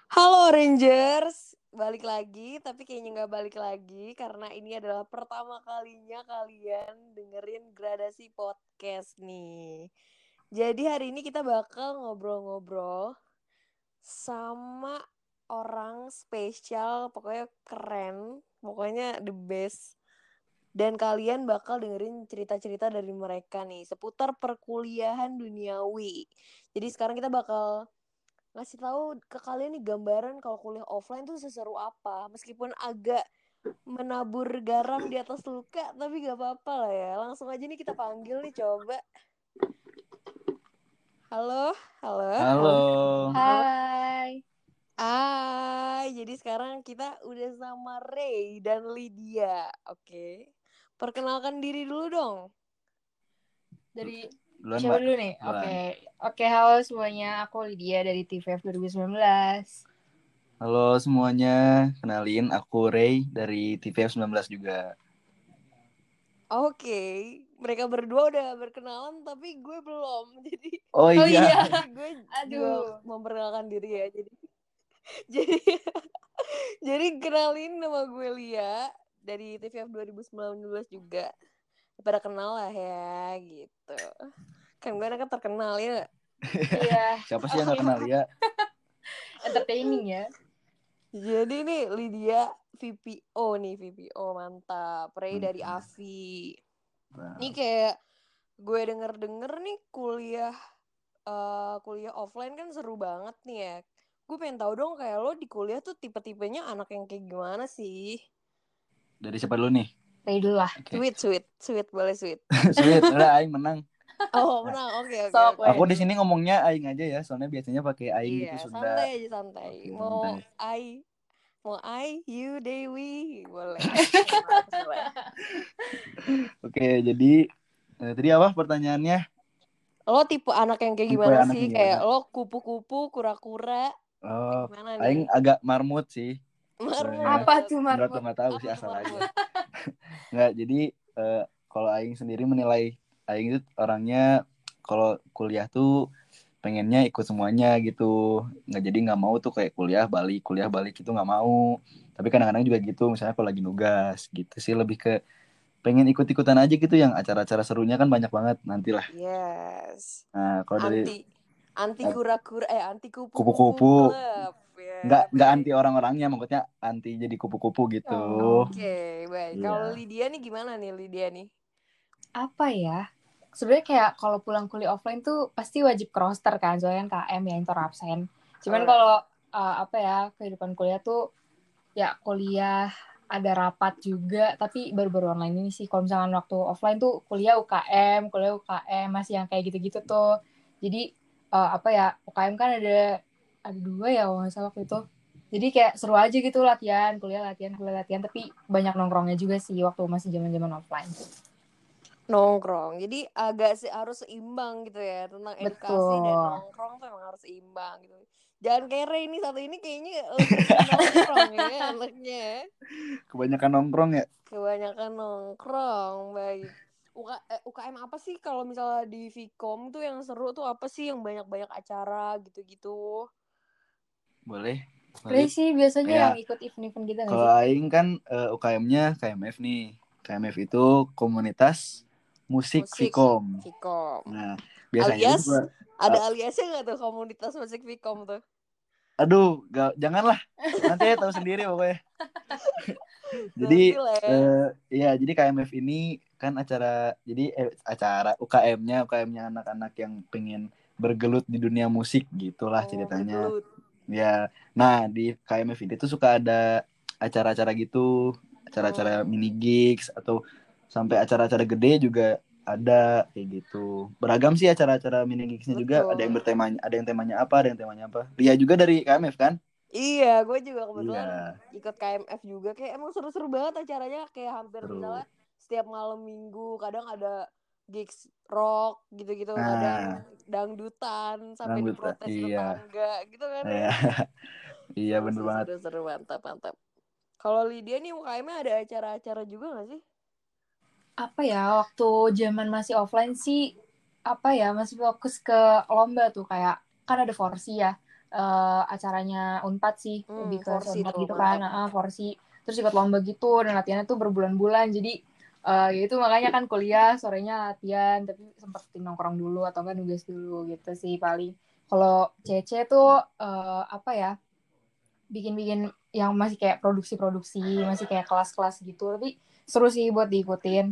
Halo Rangers, balik lagi, tapi kayaknya nggak balik lagi karena ini adalah pertama kalinya kalian dengerin Gradasi Podcast nih. Jadi hari ini kita bakal ngobrol-ngobrol sama orang spesial, pokoknya keren, pokoknya the best. Dan kalian bakal dengerin cerita-cerita dari mereka nih seputar perkuliahan duniawi. Jadi sekarang kita bakal ngasih tahu ke kalian nih gambaran kalau kuliah offline tuh seseru apa. Meskipun agak menabur garam di atas luka, tapi gak apa-apa lah ya. Langsung aja nih kita panggil nih coba. Halo, halo, Halo. halo. Halo. Hai. Jadi sekarang kita udah sama Ray dan Lydia. Oke. Perkenalkan diri dulu dong. Dari Duluan, siapa Mbak. dulu nih? Duluan. Oke, halo semuanya. Aku Lydia dari TVF 2019. Halo semuanya, kenalin aku Ray dari TVF 19 juga. Oke, mereka berdua udah berkenalan tapi gue belum. Jadi Oh Oh iya, iya. gue juga Aduh. memperkenalkan diri ya. Jadi jadi kenalin, nama gue Lia dari TVF 2019 juga. Pada kenal lah ya gitu. Kan gue anaknya terkenal ya. Iya. siapa sih yang gak kenal ya? Entertaining ya. Jadi nih Lydia VPO nih, VPO mantap. Ray dari AVI. Ini kayak gue denger nih kuliah offline kan seru banget nih ya. Gue pengen tahu dong kayak lo di kuliah tuh tipe-tipenya anak yang kayak gimana sih? Dari siapa dulu nih? Ray dulu lah. Oke. Sweet, boleh sweet. Sweet, udah Aing menang. Oh, Nah, menang. Oke. Sok, aku weh. di sini ngomongnya Aing aja ya, soalnya biasanya pakai Aing gitu Iya, Sunda. santai aja santai. Oke, santai. Mau you, Dewi, boleh. Oke, jadi tadi apa pertanyaannya? Lo tipe anak yang kayak Tipe gimana anaknya sih? gimana? Kayak lo kupu-kupu, kura-kura, kayak Oh, gimana Aing nih? agak marmut sih. Soalnya Apa Marmut. tuh nggak tuh marmut? nggak tahu Apa sih, tuh asal aja. marmut? Nggak, jadi kalau Aing sendiri menilai Aing itu orangnya kalau kuliah tuh pengennya ikut semuanya gitu. Nggak mau tuh kayak kuliah balik itu nggak mau. Tapi kadang-kadang juga gitu, misalnya kalau lagi nugas gitu sih, lebih ke pengen ikut-ikutan aja gitu, yang acara-acara serunya kan banyak banget nantilah. Yes. Nah, kalau dari Anti eh, kura-kura, anti kupu-kupu kupu-kupu, club. Ya, nggak anti baik. orang-orangnya, maksudnya anti jadi kupu-kupu gitu. Oh. Oke, baik. Kalau Iya. Lydia nih gimana nih Lydia nih? Apa ya? Sebenarnya kayak kalau pulang kuliah offline tuh pasti wajib ke roster kan, soalnya kan KM ya inter absen. Cuman Alright. kalau apa ya, kehidupan kuliah tuh ya kuliah ada rapat juga, tapi baru-baru online ini sih. Kalau misalkan waktu offline tuh kuliah UKM masih yang kayak gitu-gitu tuh. Jadi apa ya, UKM kan ada dua ya kalau nggak salah waktu itu. Jadi kayak seru aja gitu kuliah latihan, tapi banyak nongkrongnya juga sih waktu masih zaman-zaman offline. Nongkrong. Jadi agak harus seimbang gitu ya, tentang edukasi dan Betul. nongkrong tuh emang harus seimbang gitu. Jangan kayak Ray ini satu ini kayaknya lebih nongkrong ya anaknya. Kebanyakan nongkrong ya. Kebanyakan nongkrong, baik. UKM apa sih kalau misalnya di Vkom tuh yang seru tuh apa sih, yang banyak-banyak acara gitu-gitu? Boleh. Ray Valid. sih biasanya Ya, yang ikut event-event gitu nggak kalau sih? Aing kan UKM-nya KMF nih. KMF itu komunitas musik Musik Vkom. Vkom. Nah, biasanya itu Alias juga ada uh, aliasnya nggak tuh komunitas musik Vkom tuh? aduh, janganlah. Nanti ya tahu sendiri pokoknya. Jadi Nanti lah ya. jadi KMF ini kan acara UKM-nya anak-anak yang pengen bergelut di dunia musik gitulah Oh, ceritanya. bergelut. Ya, nah di KMF ini tuh suka ada acara-acara gitu, acara-acara Hmm. mini gigs atau sampai acara-acara gede juga ada kayak gitu. Beragam sih acara-acara mini gigsnya juga. Betul. Ada yang temanya apa, ada yang temanya apa. Lia juga dari KMF kan? Iya, gue juga kebetulan Iya, ikut KMF juga. Kayak emang seru-seru banget acaranya. Kayak hampir seru. misalnya setiap malam minggu. Kadang ada gigs rock gitu-gitu. Nah, Kadang dangdutan sampai rambut, diprotes iya, tetangga gitu kan ya. iya, iya Seru bener sih, banget. seru-seru. Mantap, mantap. Kalau Lydia nih UKM-nya ada acara-acara juga gak sih? Apa ya, waktu zaman masih offline sih, apa ya, masih fokus ke lomba tuh, kayak kan ada Forsi ya, acaranya Unpad sih, lebih ke Forsi Unpad tuh, gitu kan, mantap. Forsi. Terus ikut lomba gitu dan latihannya tuh berbulan-bulan. Jadi ya itu makanya kan kuliah sorenya latihan, tapi sempetin nongkrong dulu atau enggak nugas dulu gitu sih paling. Kalau CC tuh apa ya, bikin-bikin yang masih kayak produksi-produksi, masih kayak kelas-kelas gitu. Tapi seru sih buat diikutin.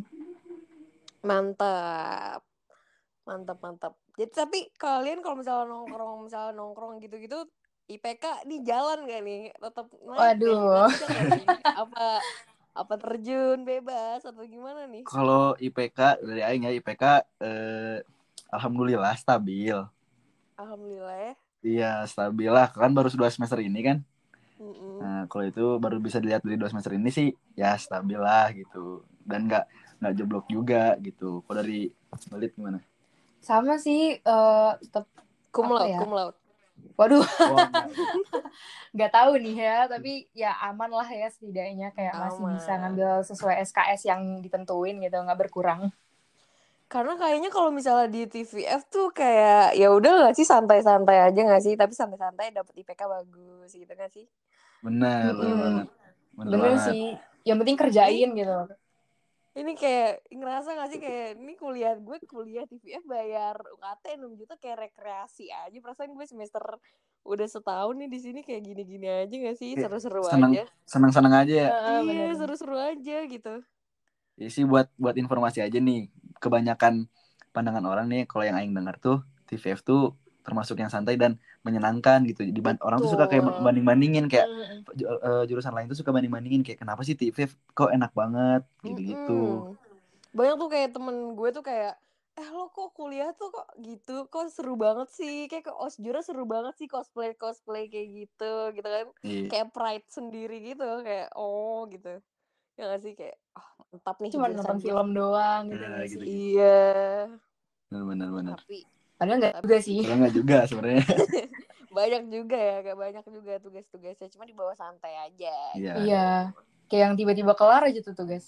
Mantap. Mantap. Jadi tapi kalian kalau misalnya nongkrong gitu-gitu, IPK nih jalan gak nih? Tetap naik gak nih? Waduh. Lancar gak nih? Apa terjun bebas atau gimana nih? Kalau IPK dari Aing ya, IPK alhamdulillah stabil. Alhamdulillah ya. Iya, stabil lah. Kan baru 2 semester ini kan. Mm-mm. Nah, kalau itu baru bisa dilihat dari 2 semester ini sih, ya stabil lah gitu. Dan nggak jeblok juga gitu. Kalau dari Balit gimana? Sama sih, tetap Cum apa laude, ya? cum laude. Waduh, Oh, enggak. nggak tahu nih ya, tapi ya aman lah ya setidaknya kayak masih bisa Aman. ngambil sesuai SKS yang ditentuin gitu, nggak berkurang. Karena kayaknya kalau misalnya di TVF tuh kayak ya udah nggak sih santai-santai aja nggak sih? Tapi santai-santai dapat IPK bagus gitu nggak sih? Benar Mm-mm. banget. Benar Bener banget. sih, yang penting Ini kerjain gitu. ini kayak ngerasa gak sih kayak ini kuliah TVF bayar UKT 6 juta kayak rekreasi aja. Perasaan gue semester udah setahun nih di sini kayak gini-gini aja gak sih? Seru-seru aja. Senang aja ya. Iya, Bener. seru-seru aja gitu. Ya sih buat informasi aja nih. Kebanyakan pandangan orang nih kalau yang aing dengar tuh TVF tuh termasuk yang santai dan menyenangkan gitu. Orang tuh suka kayak Betul. banding-bandingin kayak Mm-mm. jurusan lain tuh suka banding-bandingin kayak kenapa sih TVF kok enak banget gitu-gitu. Mm-mm. Banyak tuh kayak temen gue tuh kayak lo kok kuliah tuh kok gitu, kok seru banget sih, kayak ke Osjura seru banget sih cosplay kayak gitu kan, Iya. kayak pride sendiri gitu, kayak oh gitu, ya gak sih kayak mantap nih Cuma jurusan nonton gue. film doang gitu Nah, nggak sih? gitu-gitu. Iya, Benar. tapi Padahal nggak tapi juga sih. Kalau nggak juga sebenarnya. banyak juga ya, gak banyak juga tugas-tugasnya, cuma di bawah santai aja Iya. gitu. Iya, kayak yang tiba-tiba kelar aja tuh guys.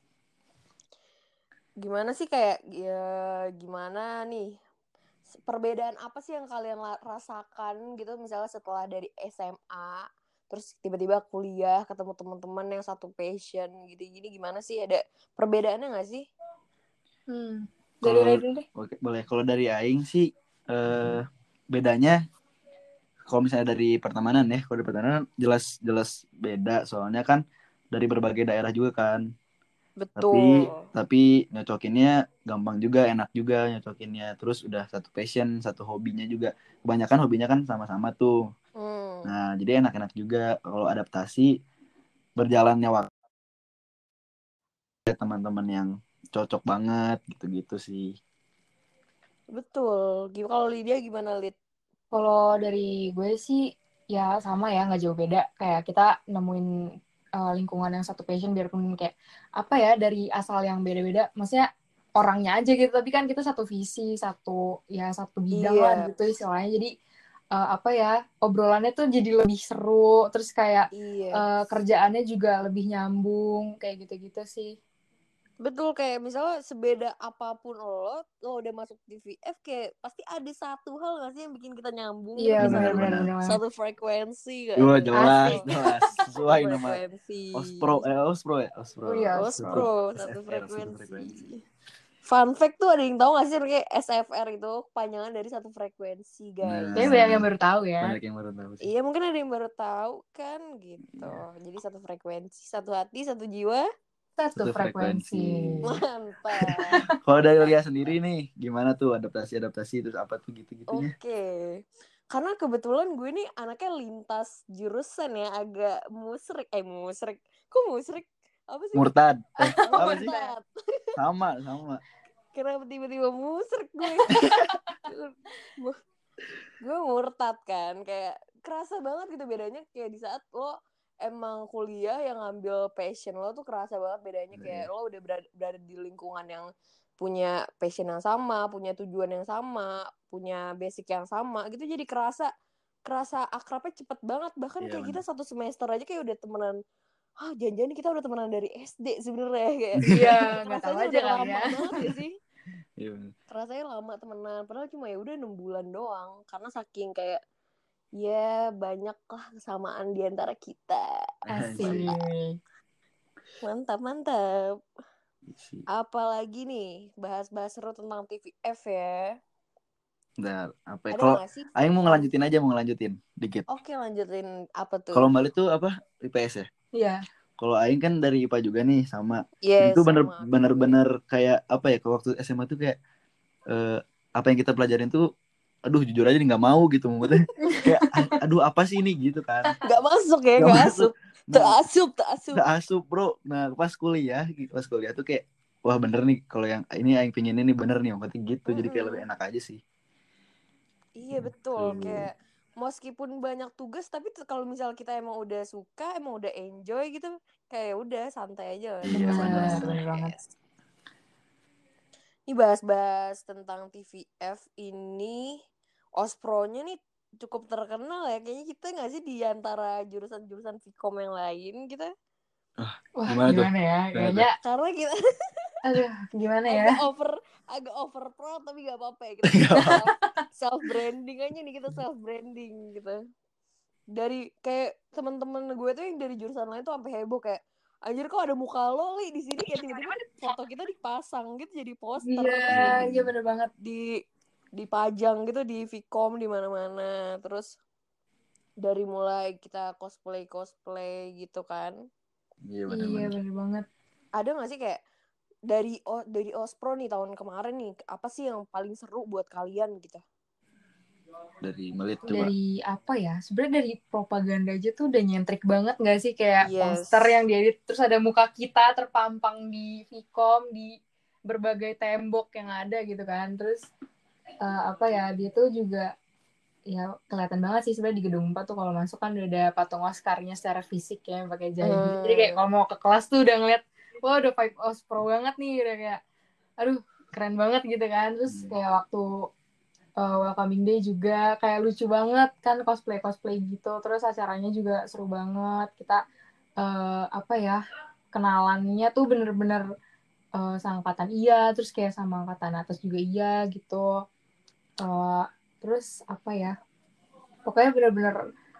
Gimana sih kayak ya gimana nih, perbedaan apa sih yang kalian rasakan gitu misalnya setelah dari SMA terus tiba-tiba kuliah ketemu teman-teman yang satu passion gitu gini, gimana sih, ada perbedaannya nggak sih? Dari Kalau Raiden deh. oke, boleh kalau dari aing sih bedanya kalau misalnya dari pertemanan ya, kalau dari pertemanan jelas beda soalnya kan dari berbagai daerah juga kan. Betul. Tapi nyocokinnya gampang juga, enak juga nyocokinnya. Terus udah satu passion, satu hobinya juga. Kebanyakan hobinya kan sama-sama tuh. Nah, jadi enak-enak juga kalau adaptasi berjalannya waktu teman-teman yang cocok banget gitu-gitu sih. Betul. Kalau Lydia gimana, Lid? Kalau dari gue sih ya sama ya, nggak jauh beda. Kayak kita nemuin lingkungan yang satu passion, biarpun kayak apa ya, dari asal yang beda-beda. Maksudnya orangnya aja gitu, tapi kan kita satu visi, satu bidang lah Iya. gitu istilahnya. Jadi apa ya, obrolannya tuh jadi lebih seru. Terus kayak Iya. kerjaannya juga lebih nyambung, kayak gitu-gitu sih. Betul, kayak misalnya sebeda apapun lo udah masuk TVF kayak pasti ada satu hal gak sih yang bikin kita nyambung gitu, Iya, kayak benar-benar Benar-benar. banget. satu frekuensi gak Iya nih? jelas, Asik. jelas. Satu Sesuai nama frekuensi. Ospro ya, Ospro. Oh iya, Satu Ospro, satu SFR, satu frekuensi. frekuensi. Fun fact tuh ada yang tahu gak sih kayak SFR itu kepanjangan dari satu frekuensi, guys. Kayaknya Nah, banyak yang baru tahu ya. banyak yang baru tahu sih. Iya, mungkin ada yang baru tahu kan gitu. Jadi satu frekuensi, satu hati, satu jiwa. Satu Satu frekuensi. Mantap. Kalau dari Lia sendiri nih, gimana tuh adaptasi terus apa tuh gitu-gitunya? Oke. Karena kebetulan gue nih anaknya lintas jurusan ya, agak musrik. Kok musrik? Apa sih? Murtad. Apa sih? Murtad. Sama. Kenapa tiba-tiba musrik gue? Gue murtad kan, kayak kerasa banget gitu bedanya, kayak di saat lo emang kuliah yang ngambil passion lo tuh kerasa banget bedanya, kayak lo udah berada di lingkungan yang punya passion yang sama, punya tujuan yang sama, punya basic yang sama gitu, jadi kerasa akrabnya cepet banget, bahkan kayak kita satu semester aja kayak udah temenan. Jangan-jangan kita udah temenan dari SD sebenarnya, kayak Iya, nggak tahu rasanya aja udah kali lama ya. banget ya sih. Iya. Rasanya lama temenan, padahal cuma ya udah 6 bulan doang, karena saking kayak Ya banyak lah kesamaan di antara kita. Asik. Mantap. Apalagi nih bahas-bahas seru tentang TVF ya. Bentar, apa ya? Ada Kalau nggak sih? Aing mau ngelanjutin dikit. Oke, lanjutin apa tuh? Kalau Mbak tuh apa? IPS ya? Iya. Kalau Aing kan dari IPA juga nih sama. Jadi Yes, tuh sama aku bener-bener kayak apa ya? Kalau waktu SMA tuh kayak apa yang kita pelajarin tuh, aduh jujur aja nggak mau gitu, maksudnya kayak aduh apa sih ini gitu kan? Gak masuk ya, Nggak gak masuk. asup. Nah, Tak asup. nggak asup bro. Nah pas kuliah tuh kayak wah bener nih kalau yang ini Aing pingin ini bener nih, maksudnya gitu. Jadi kayak lebih enak aja sih. Iya betul, kayak meskipun banyak tugas tapi kalau misal kita emang udah suka, emang udah enjoy gitu, kayak udah santai aja. Iya bener. Bener banget. Ini bahas-bahas tentang TVF ini, Ospronya nih cukup terkenal ya. Kayaknya kita nggak sih di antara jurusan-jurusan Vkom yang lain kita? Wah, Gimana tuh? ya? Kayaknya, Karena kita aduh, gimana ya? agak over proud tapi gak apa-apa ya. Kita self branding aja nih, kita self branding gitu. Dari kayak teman-teman gue tuh yang dari jurusan lain tuh sampai heboh kayak, anjir kok ada muka lo Li di sini, kayak tiba-tiba foto kita dipasang gitu jadi poster. Iya bener banget. Dipajang gitu di Vkom di mana-mana. Terus dari mulai kita cosplay gitu kan. Iya Iya bener. bener banget. Ada nggak sih kayak dari Ospro nih tahun kemarin nih, apa sih yang paling seru buat kalian gitu? Dari Melit coba. Dari apa ya? Sebenarnya dari propaganda aja tuh udah nyentrik banget nggak sih, kayak Yes. poster yang diedit terus ada muka kita terpampang di Vkom di berbagai tembok yang ada gitu kan. Terus apa ya, dia tuh juga ya kelihatan banget sih sebenarnya di gedung 4 tuh kalau masuk kan udah ada patung Oscar-nya secara fisik ya, pakai jadi. Jadi kayak kalau mau ke kelas tuh udah ngeliat, wah udah vibe Ospro banget nih, udah kayak aduh keren banget gitu kan. Terus kayak waktu welcoming day juga kayak lucu banget kan, cosplay gitu. Terus acaranya juga seru banget. Kita apa ya, kenalannya tuh bener-bener seangkatan iya, terus kayak sama angkatan atas juga iya gitu. Terus apa ya, pokoknya bener-bener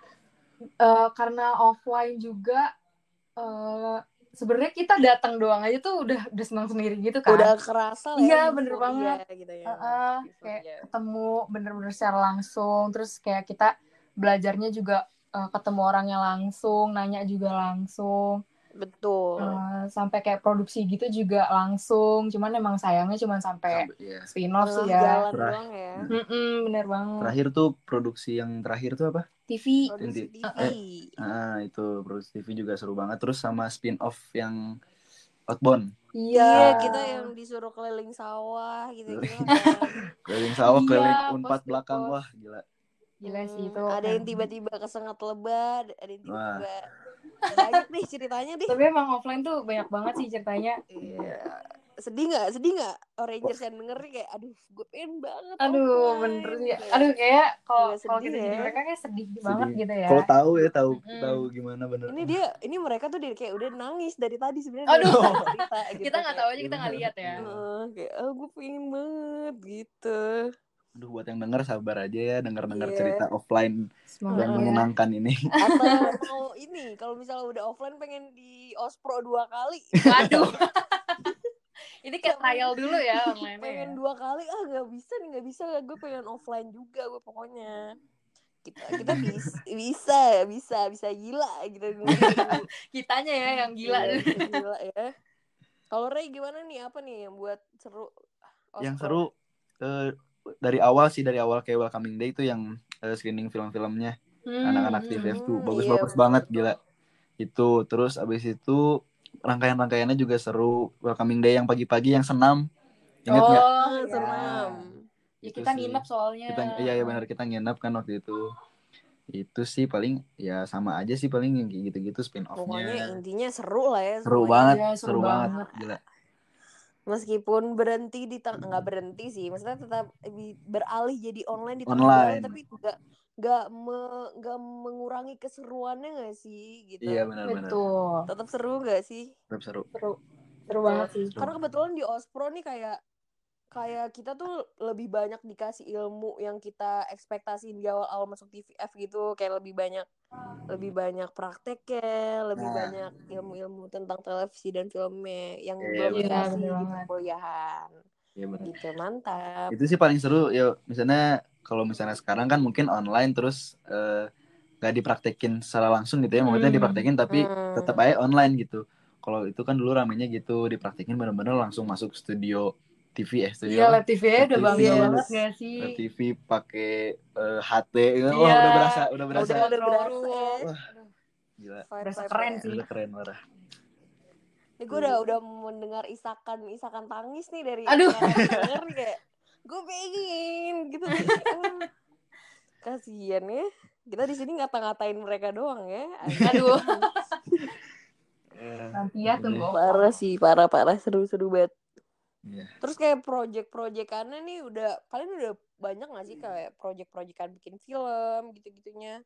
karena offline juga, sebenarnya kita datang doang aja tuh udah senang sendiri gitu kan. Udah kerasa lah iya ya, bener banget gitu ya. Kayak ketemu bener-bener secara langsung. Terus kayak kita belajarnya juga ketemu orangnya langsung, nanya juga langsung. Betul. Sampai kayak produksi gitu juga langsung. Cuman emang sayangnya cuman sampai spin-off sih ya. Jalan doang ya. Bener banget. Terakhir tuh produksi yang terakhir tuh apa? TV. Produksi TV. Itu produksi TV juga seru banget. Terus sama spin-off yang Outbound. Iya, kita yang disuruh keliling sawah gitu kan. Keliling sawah, keliling Unpad belakang, wah gila. Gila sih itu. Ada yang tiba-tiba kesengat lebat, ada yang tiba-tiba banyak nih ceritanya deh. Tapi emang offline tuh banyak banget sih ceritanya. Iya. Sedih nggak Rangers yang denger nih kayak aduh gue pengen banget aduh offline, bener sih gitu. Aduh kayak kalau sedih kita ya. jadi mereka kayak sedih banget gitu ya. Kalau tahu gimana bener. Ini mereka tuh kayak udah nangis dari tadi sebenarnya. Aduh cerita, gitu, kita nggak tahu aja, kita nggak lihat ya. Kayak gue pengen banget gitu. Aduh, buat yang denger sabar aja ya, denger cerita offline yang menyenangkan ini. Atau mau ini, kalau misalnya udah offline pengen di Ospro 2 kali. Waduh. Ini kayak trial dulu ya online. Pengen 2 kali, nggak bisa, gue pengen offline juga gue pokoknya. Kita bisa gila gitu. Kitanya ya yang gila. Gila ya. Kalau Ray gimana nih, apa nih yang buat seru Ospro? Yang seru dari awal kayak welcoming day itu yang screening film-filmnya anak-anak TVF tuh bagus banget gila itu. Terus abis itu rangkaian-rangkaiannya juga seru. Welcoming day yang pagi-pagi yang senam, ingat nggak? Senam. Ya kita nginep soalnya. Iya benar, kita nginep kan waktu itu sih paling ya sama aja sih paling yang gitu-gitu spin-off-nya. Pokoknya intinya seru lah ya. Seru banget gila. Meskipun berhenti nggak berhenti sih, maksudnya tetap beralih jadi online di tengah jalan, tapi nggak mengurangi keseruannya nggak sih gitu. Iya benar. Tetap seru nggak sih? Tetap seru banget sih. Karena kebetulan di Ospro nih kayak kayak kita tuh lebih banyak dikasih ilmu yang kita ekspektasiin di awal masuk TVF gitu, kayak lebih banyak prakteknya, lebih Nah, banyak ilmu-ilmu tentang televisi dan filmnya yang iya belum benar. Iya, dikasih bener di banget. perkuliahan. Iya benar. Gitu, mantap. Itu sih paling seru ya. Misalnya kalau misalnya sekarang kan mungkin online terus gak dipraktekin secara langsung gitu ya. Maksudnya dipraktekin tapi tetap aja online gitu. Kalau itu kan dulu ramenya gitu, dipraktekin bener-bener langsung masuk studio TV studio Iya, apa? live TV-nya Live udah TV, bagus Yes. banget gak sih? Live TV pakai HT gitu. Iya. Wah, udah berasa Udah Control berasa room. ya. Wah, gila. Berasa Vibe-vibe keren ya. sih. Udah keren parah. Ini gue udah mendengar isakan tangis nih dari Aduh. yang denger nih, kayak gue pengen gitu, tapi kasian ya. Kita di sini ngata-ngatain mereka doang ya. Aduh. Ya, Nanti ya gitu tunggu. deh. Parah sih, parah seru banget. Iya. Terus kayak project-projectannya nih kalian udah banyak gak sih kayak project-projectan bikin film gitu-gitunya?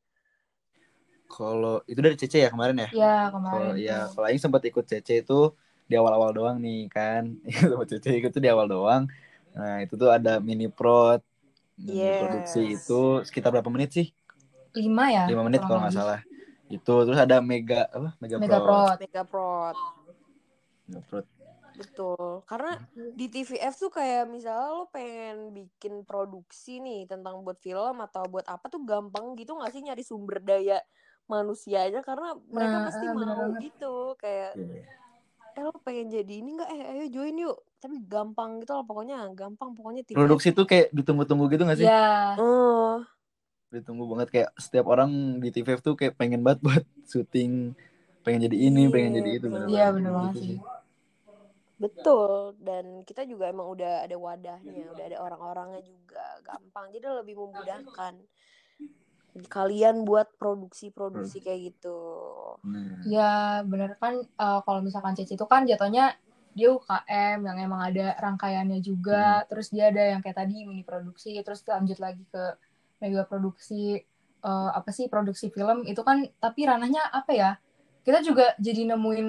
Kalau itu dari Cece ya kemarin ya? Iya, Kalau kemarin ya tuh. kalau Aing sempat ikut Cece itu di awal-awal doang nih kan. Sempat Cece ikut tuh di awal doang. Nah, itu tuh ada mini produksi Yes. itu sekitar berapa menit sih? 5 ya? 5 menit kalau nggak salah. Itu terus ada Mega Megaprod. Megaprod. Megaprod. Betul. Karena di TVF tuh kayak misalnya lo pengen bikin produksi nih tentang buat film atau buat apa tuh gampang gitu gak sih nyari sumber daya manusianya, karena mereka pasti bener mau banget. gitu kayak lo pengen jadi ini nggak, ayo join yuk, tapi gampang gitu loh, pokoknya TVF. Produksi tuh kayak ditunggu-tunggu gitu gak sih? Iya. Ditunggu banget, kayak setiap orang di TVF tuh kayak pengen banget buat syuting, pengen jadi ini, pengen jadi itu, Iya, bener-bener bener banget gitu sih. Betul, dan kita juga emang udah ada wadahnya, udah ada orang-orangnya juga, gampang, jadi lebih memudahkan kalian buat produksi kayak gitu. Ya bener kan, kalau misalkan Cici itu kan jatuhnya dia UKM yang emang ada rangkaiannya juga, terus dia ada yang kayak tadi mini produksi, terus lanjut lagi ke mega produksi, apa sih, produksi film itu kan, tapi ranahnya apa ya, kita juga jadi nemuin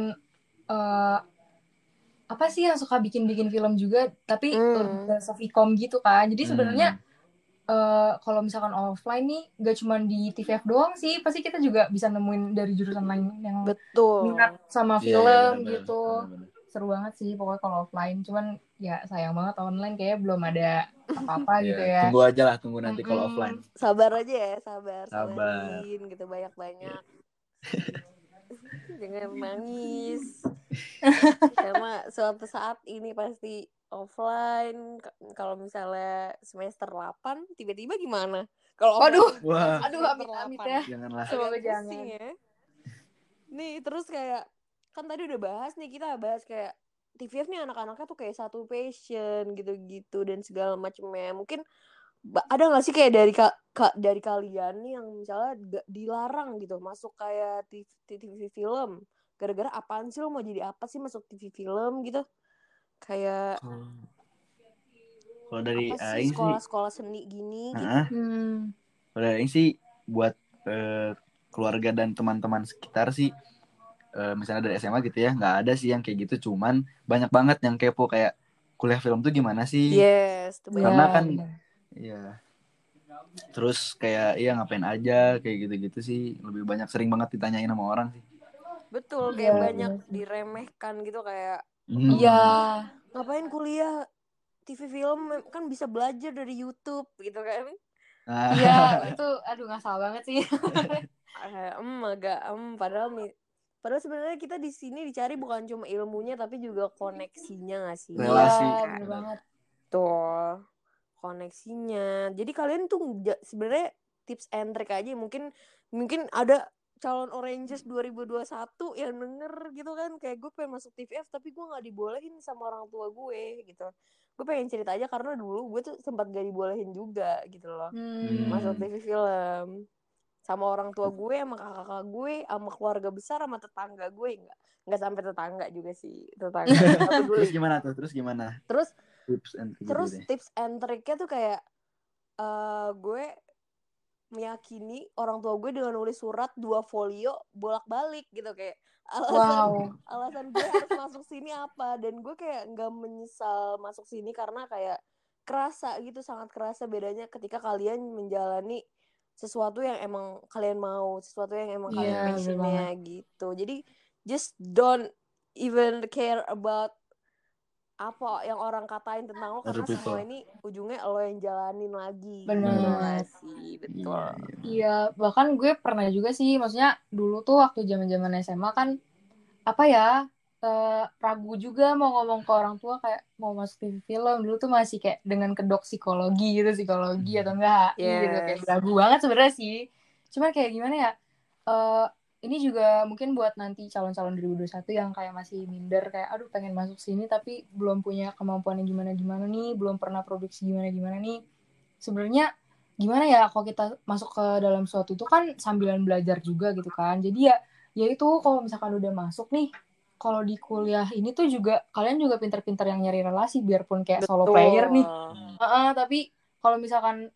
apa sih yang suka bikin film juga, tapi lebih ke Soficom gitu kan, jadi sebenarnya kalau misalkan offline nih gak cuma di TVF doang sih, pasti kita juga bisa nemuin dari jurusan lain yang minat sama film gitu. Bener. Seru banget sih pokoknya kalau offline, cuman ya sayang banget online kayaknya belum ada apa-apa gitu ya. Tunggu aja lah, tunggu nanti kalau offline. Sabar aja ya, sabarin gitu banyak-banyak. Jangan nangis. Karena suatu saat ini pasti offline. Kalau misalnya semester 8 tiba-tiba gimana? Kalau waduh, aduh amit-amit ya. Janganlah. Semoga jangan. jangan. Ya. Nih terus kayak kan tadi udah kita bahas kayak TVF nih anak-anaknya tuh kayak satu passion gitu-gitu dan segala macamnya. Mungkin ada nggak sih kayak dari kalian nih yang misalnya dilarang gitu masuk kayak TV film, gara-gara apaan sih lo mau jadi apa sih masuk TV film gitu, kayak kalau dari apa sih Aing sekolah seni gini gitu. Kalau dari Aing sih buat keluarga dan teman-teman sekitar sih, misalnya dari SMA gitu ya, nggak ada sih yang kayak gitu, cuman banyak banget yang kepo kayak kuliah film tuh gimana sih. Yes, karena kan ya terus kayak ngapain aja kayak gitu-gitu sih, lebih banyak sering banget ditanyain sama orang sih. Betul, kayak banyak diremehkan gitu kayak ngapain kuliah TV film, kan bisa belajar dari YouTube gitu kan. Iya, itu aduh ngasal banget sih. Padahal sebenarnya kita di sini dicari bukan cuma ilmunya tapi juga koneksinya nggak sih? Relasi. Iya, bener banget. Tuh, koneksinya. Jadi kalian tuh sebenarnya tips and trick aja, mungkin ada calon Oranges 2021 yang denger gitu kan, kayak gue pengen masuk TVF tapi gue nggak dibolehin sama orang tua gue gitu. Gue pengen cerita aja karena dulu gue tuh sempat gak dibolehin juga gitu loh masuk TV film, sama orang tua gue, sama kakak gue, sama keluarga besar, sama tetangga gue. Nggak sampai tetangga juga sih, tetangga. Terus gimana? Terus tips and tricknya tuh kayak gue meyakini orang tua gue dengan nulis surat 2 folio bolak-balik gitu, kayak alasan gue harus masuk sini apa, dan gue kayak nggak menyesal masuk sini karena kayak kerasa gitu, sangat kerasa bedanya ketika kalian menjalani sesuatu yang emang kalian mau, sesuatu yang emang kalian Iya, bener banget. passionnya gitu. Jadi just don't even care about apa yang orang katain tentang lo, Other karena semua people. ini ujungnya lo yang jalanin lagi gitu Bener. gak sih? Betul. Iya, iya. Iya, bahkan gue pernah juga sih, maksudnya dulu tuh waktu zaman-zaman SMA kan, apa ya, ragu juga mau ngomong ke orang tua kayak mau masuk TV film. Dulu tuh masih kayak dengan kedok psikologi gitu, psikologi atau enggak HI gitu, kayak Yes. ragu banget sebenarnya sih. Cuman kayak gimana ya, eh, ini juga mungkin buat nanti calon-calon 2021 yang kayak masih minder, kayak aduh pengen masuk sini tapi belum punya kemampuan yang gimana-gimana nih, belum pernah produksi gimana-gimana nih. Sebenarnya gimana ya kalau kita masuk ke dalam suatu itu kan sambilan belajar juga gitu kan. Jadi ya itu kalau misalkan udah masuk nih, kalau di kuliah ini tuh juga kalian juga pinter-pinter yang nyari relasi biarpun kayak solo player nih. Betul. Tapi kalau misalkan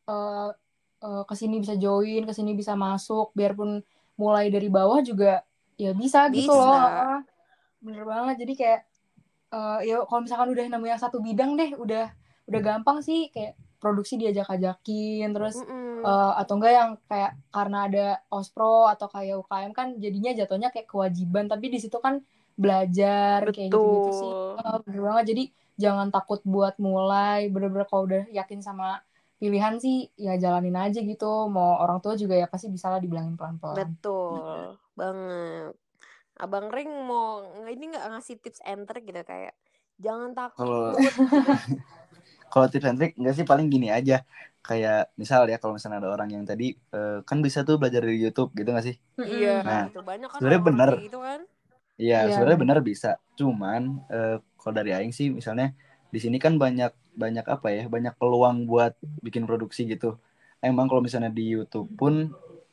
kesini bisa join, kesini bisa masuk, biarpun mulai dari bawah juga ya bisa gitu loh. Bisa. Bener banget. Jadi kayak ya kalau misalkan udah namanya satu bidang deh, udah gampang sih, kayak produksi diajak-ajakin terus atau enggak yang kayak karena ada ospro atau kayak UKM kan jadinya jatuhnya kayak kewajiban, tapi di situ kan belajar kayak gitu-gitu sih. Betul. Bener banget. Jadi jangan takut buat mulai, bener-bener kalau udah yakin sama pilihan sih ya jalanin aja gitu. Mau orang tua juga ya pasti bisa lah dibilangin pelan-pelan. Betul banget. Abang Ring mau ini nggak ngasih tips and trick gitu, kayak jangan Kalau takut gitu. kalau tips and trick enggak sih, paling gini aja. Kayak misal ya, kalau misalnya ada orang yang tadi kan bisa tuh belajar dari YouTube gitu nggak sih? Iya, Nah, gitu. Banyak kan sebenarnya orang-orang bener. kayak gitu kan. Iya, Iya sebenarnya bener. benar bisa. Cuman kalau dari Aing sih, misalnya di sini kan banyak banyak apa ya, banyak peluang buat bikin produksi gitu. Emang kalau misalnya di YouTube pun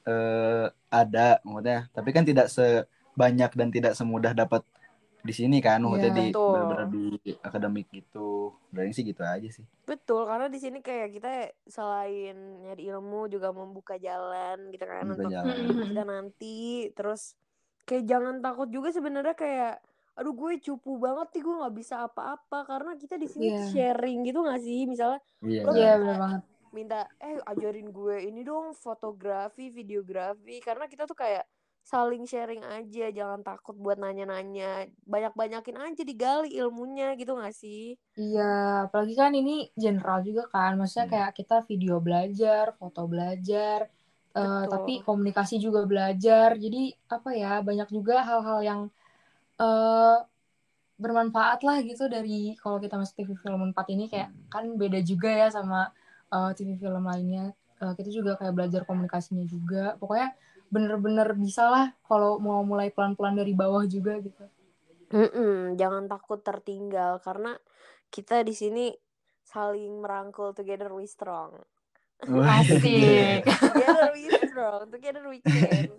ada, maksudnya, tapi kan tidak sebanyak dan tidak semudah dapat di sini kan, maksudnya di Iya. benar-benar Betul. di akademik gitu. Dari Aing sih gitu aja sih. Betul, karena di sini kayak kita selain nyari ilmu juga membuka jalan gitu kan Buka untuk jalan. kita nanti. Terus kayak jangan takut juga sebenarnya, kayak aduh gue cupu banget nih, gue nggak bisa apa-apa, karena kita di sini tuh Iya. sharing gitu nggak sih? Misalnya Iya. lo Iya bener banget. minta ajarin gue ini dong, fotografi, videografi, karena kita tuh kayak saling sharing aja. Jangan takut buat nanya-nanya, banyak-banyakin aja, digali ilmunya gitu gak sih? Iya, apalagi kan ini general juga kan, maksudnya Iya. kayak kita video belajar, foto belajar, tapi Betul. komunikasi juga belajar. Jadi apa ya, banyak juga hal-hal yang eh, bermanfaat lah gitu dari kalau kita masuk TV Film 4 ini, kayak kan beda juga ya sama TV film lainnya. Kita juga kayak belajar komunikasinya juga. Pokoknya bener-bener bisa lah kalau mau mulai pelan-pelan dari bawah juga gitu. Jangan takut tertinggal, karena kita di sini saling merangkul, together we strong. Wah, Asik. Together we strong, together we can.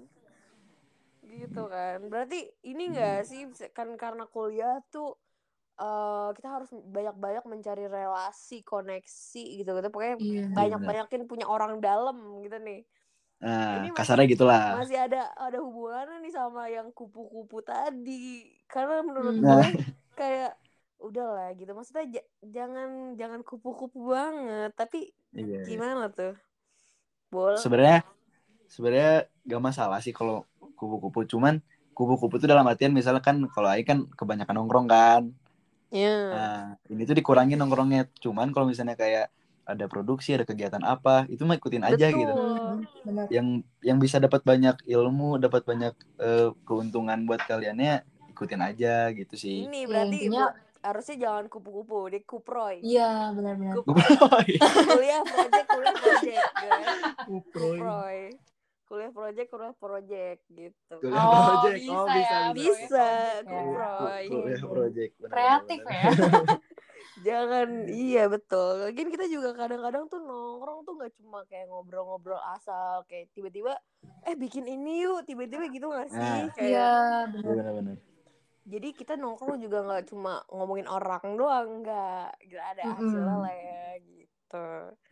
Gitu kan. Berarti ini enggak sih, kan karena kuliah tuh kita harus banyak-banyak mencari relasi, koneksi gitu. Pokoknya Iya. iya benar. banyak-banyakin punya orang dalam gitu nih. Nah, Ini kasarnya gitulah. masih ada hubungannya nih sama yang kupu-kupu tadi, karena menurut Nah, gue kayak udahlah gitu, maksudnya jangan kupu-kupu banget, tapi iya. gimana tuh, boleh Sebenarnya gak masalah sih kalau kupu-kupu, cuman kupu-kupu itu dalam artian misalkan kalau Aing kan kebanyakan nongkrong kan. ya. Nah, ini tuh dikurangin nongkrongnya. Cuman kalau misalnya kayak ada produksi, ada kegiatan apa, itu mah ikutin aja gitu. Betul. Benar. Yang bisa dapat banyak ilmu, dapat banyak keuntungan buat kaliannya, ikutin aja gitu sih. Ini Ya, berarti intinya harusnya jangan kupu-kupu, deh kuproy. iya benar-benar. Kuproy. kuliah project gitu kan. Kuproy. Kuproy. Kuliah project gitu. Kuliah Oh, project. bisa Bisa, ya. Bisa, Project ya. kuproy. Kuliah project. Benar, Kreatif benar. ya. Jangan, iya betul. Lagian kita juga kadang-kadang tuh nongkrong tuh nggak cuma kayak ngobrol-ngobrol asal, kayak tiba-tiba bikin ini yuk, tiba-tiba gitu nggak sih? Nah, Iya, Kayak benar. benar-benar. jadi kita nongkrong juga nggak cuma ngomongin orang doang, nggak ada hasilnya lah ya gitu.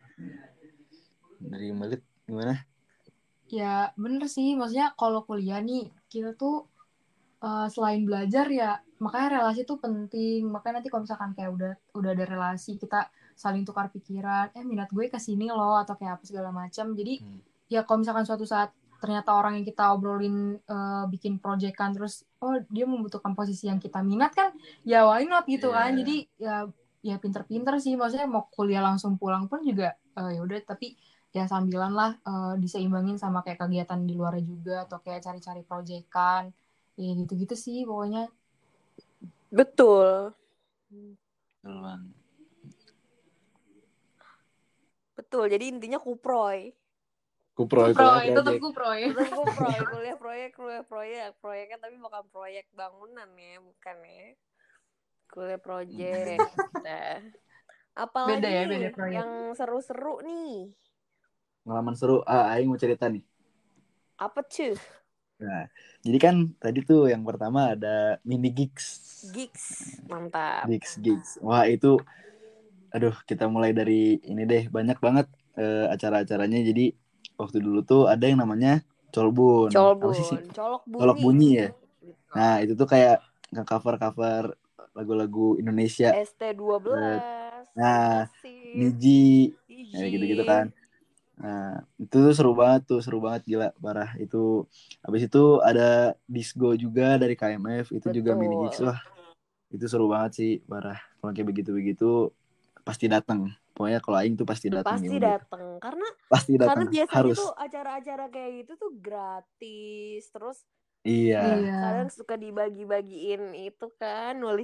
Dari Malit gimana? Ya, bener sih. Maksudnya kalau kuliah nih, kita tuh selain belajar ya, makanya relasi tuh penting. Makanya nanti kalau misalkan kayak udah ada relasi, kita saling tukar pikiran, minat gue ke sini loh atau kayak apa segala macam. Jadi ya kalau misalkan suatu saat ternyata orang yang kita obrolin bikin proyekan terus dia membutuhkan posisi yang kita minat kan, ya why not gitu kan. Jadi ya pinter-pinter sih, maksudnya mau kuliah langsung pulang pun juga ya udah, tapi ya sambilan lah diseimbangin sama kayak kegiatan di luar juga atau kayak cari-cari proyekan ya gitu-gitu sih pokoknya. Betul. Betul, jadi intinya kuproy. Kuproy, tetap kuproy. Kuliah proyeknya tapi bukan proyek bangunan ya, bukan ya. Kuliah proyek. Nah, apalagi Beda ya, beda proyek. yang seru-seru nih? Pengalaman seru. Aing mau cerita nih. Apa cuy? Nah, jadi kan tadi tuh yang pertama ada mini gigs. Gigs, mantap. Gigs. Wah itu, aduh kita mulai dari ini deh, banyak banget acara-acaranya. Jadi waktu dulu tuh ada yang namanya Colbun. Apa sih? Colok Colok bunyi ya. Gitu. Nah itu tuh kayak nge-cover lagu-lagu Indonesia. ST12. Nah, Niji, kayak gitu-gitu kan. Nah, itu tuh seru banget gila, parah. Itu habis itu ada disco juga dari KMF, itu juga mini gigs. Wah, itu seru banget sih, parah. Kalau kayak begitu-begitu pasti datang. Pokoknya kalau aing tuh pasti datang Pasti gitu. datang karena biasanya harus. tuh acara-acara kayak gitu tuh gratis. Terus Iya. kadang suka dibagi-bagiin itu kan, nulis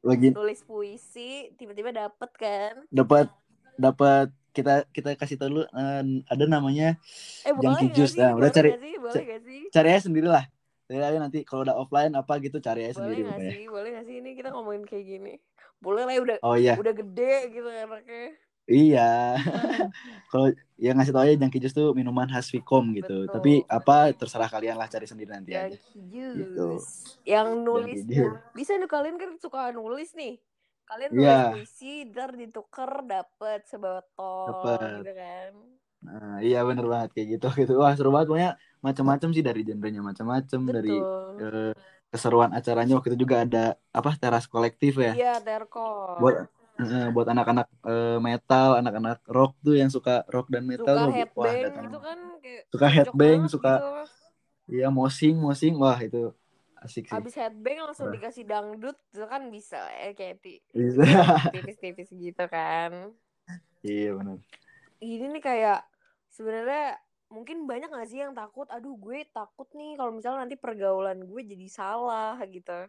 puisi, tiba-tiba dapet kan. Dapat kita kasih tahu dulu, ada namanya boleh Jangki Jus. Nah, udah cari cari aja sendirilah. Cari aja nanti kalau udah offline apa gitu, cari aja sendiri pokoknya. Boleh gak sih ini kita ngomongin kayak gini? Boleh lah ya, udah gede gitu anaknya. Iya. Kalau yang ngasih tau aja Jangki Jus tuh minuman khas Vicom gitu. Betul, Tapi apa terserah kalian lah, cari sendiri nanti aja. Jangki Jus. Gitu. Yang nulis bisa nih, kalian kan suka nulis nih. Kalian nulis puisi, ntar ditukar dapet sebotol gitu kan. Nah, iya bener banget kayak gitu. Wah seru banget, pokoknya macam-macam sih, dari genrenya macam-macam, dari keseruan acaranya. Waktu itu juga ada apa, teras kolektif ya. Iya, terkol. Buat anak-anak metal, anak-anak rock tuh yang suka rock dan metal suka tuh, headbang gitu kan, kayak suka headbang, suka gitu. Iya, mosing, wah itu asik sih. Abis headbang langsung dikasih dangdut itu kan bisa kayak tipis-tipis gitu kan. Iya benar. Ini nih kayak sebenarnya mungkin banyak gak sih yang takut, aduh gue takut nih kalau misalnya nanti pergaulan gue jadi salah gitu.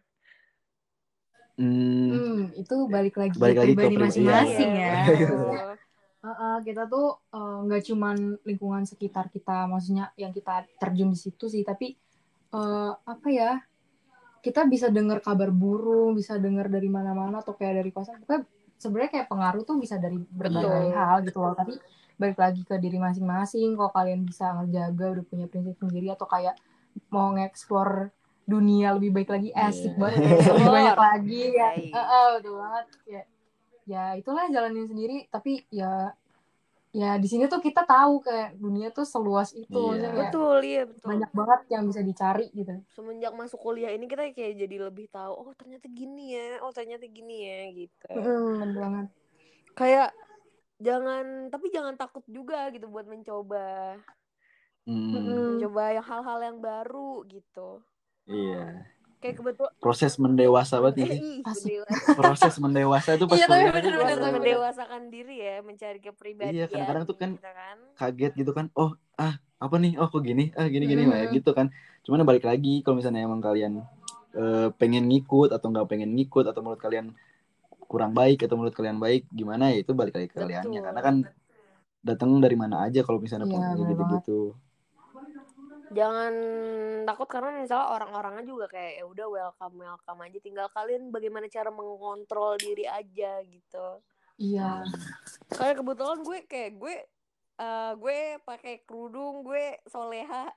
Itu balik lagi ke pribadi masing-masing ya. Kita tuh nggak cuman lingkungan sekitar kita, maksudnya yang kita terjun di situ sih, tapi apa ya, kita bisa dengar kabar burung, bisa dengar dari mana-mana atau kayak dari kosan. Pokoknya sebenarnya kayak pengaruh tuh bisa dari berbagai hal gitu loh. Tapi balik lagi ke diri masing-masing. Kalau kalian bisa ngejaga, udah punya prinsip sendiri, atau kayak mau nge-explore dunia lebih baik lagi, asik banget, lebih banyak lagi ya. Betul banget ya itulah jalanin sendiri. Tapi ya di sini tuh kita tahu kayak dunia tuh seluas itu. Betul. Banyak banget yang bisa dicari gitu. Semenjak masuk kuliah ini kita kayak jadi lebih tahu, oh ternyata gini ya gitu. Bener banget. Kayak jangan takut juga gitu buat mencoba. Mencoba hal-hal yang baru gitu. Iya. Kayak kebetulan proses mendewasa banget sih. Proses mendewasa itu pas proses mendewasakan diri ya, mencari kepribadian. Iya, kadang-kadang tuh kan kaget gitu kan. Oh, apa nih? Oh, kok gini? Gini lah gitu kan. Cuman balik lagi, kalau misalnya emang kalian pengen ngikut atau nggak pengen ngikut, atau menurut kalian kurang baik atau menurut kalian baik, gimana ya, itu balik lagi ke kaliannya. Karena kan datang dari mana aja kalau misalnya kayak gitu-gitu. Jangan takut karena misalnya orang-orangnya juga kayak ya udah welcome aja, tinggal kalian bagaimana cara mengontrol diri aja gitu. Iya. Kayak kebetulan gue pakai kerudung, gue soleha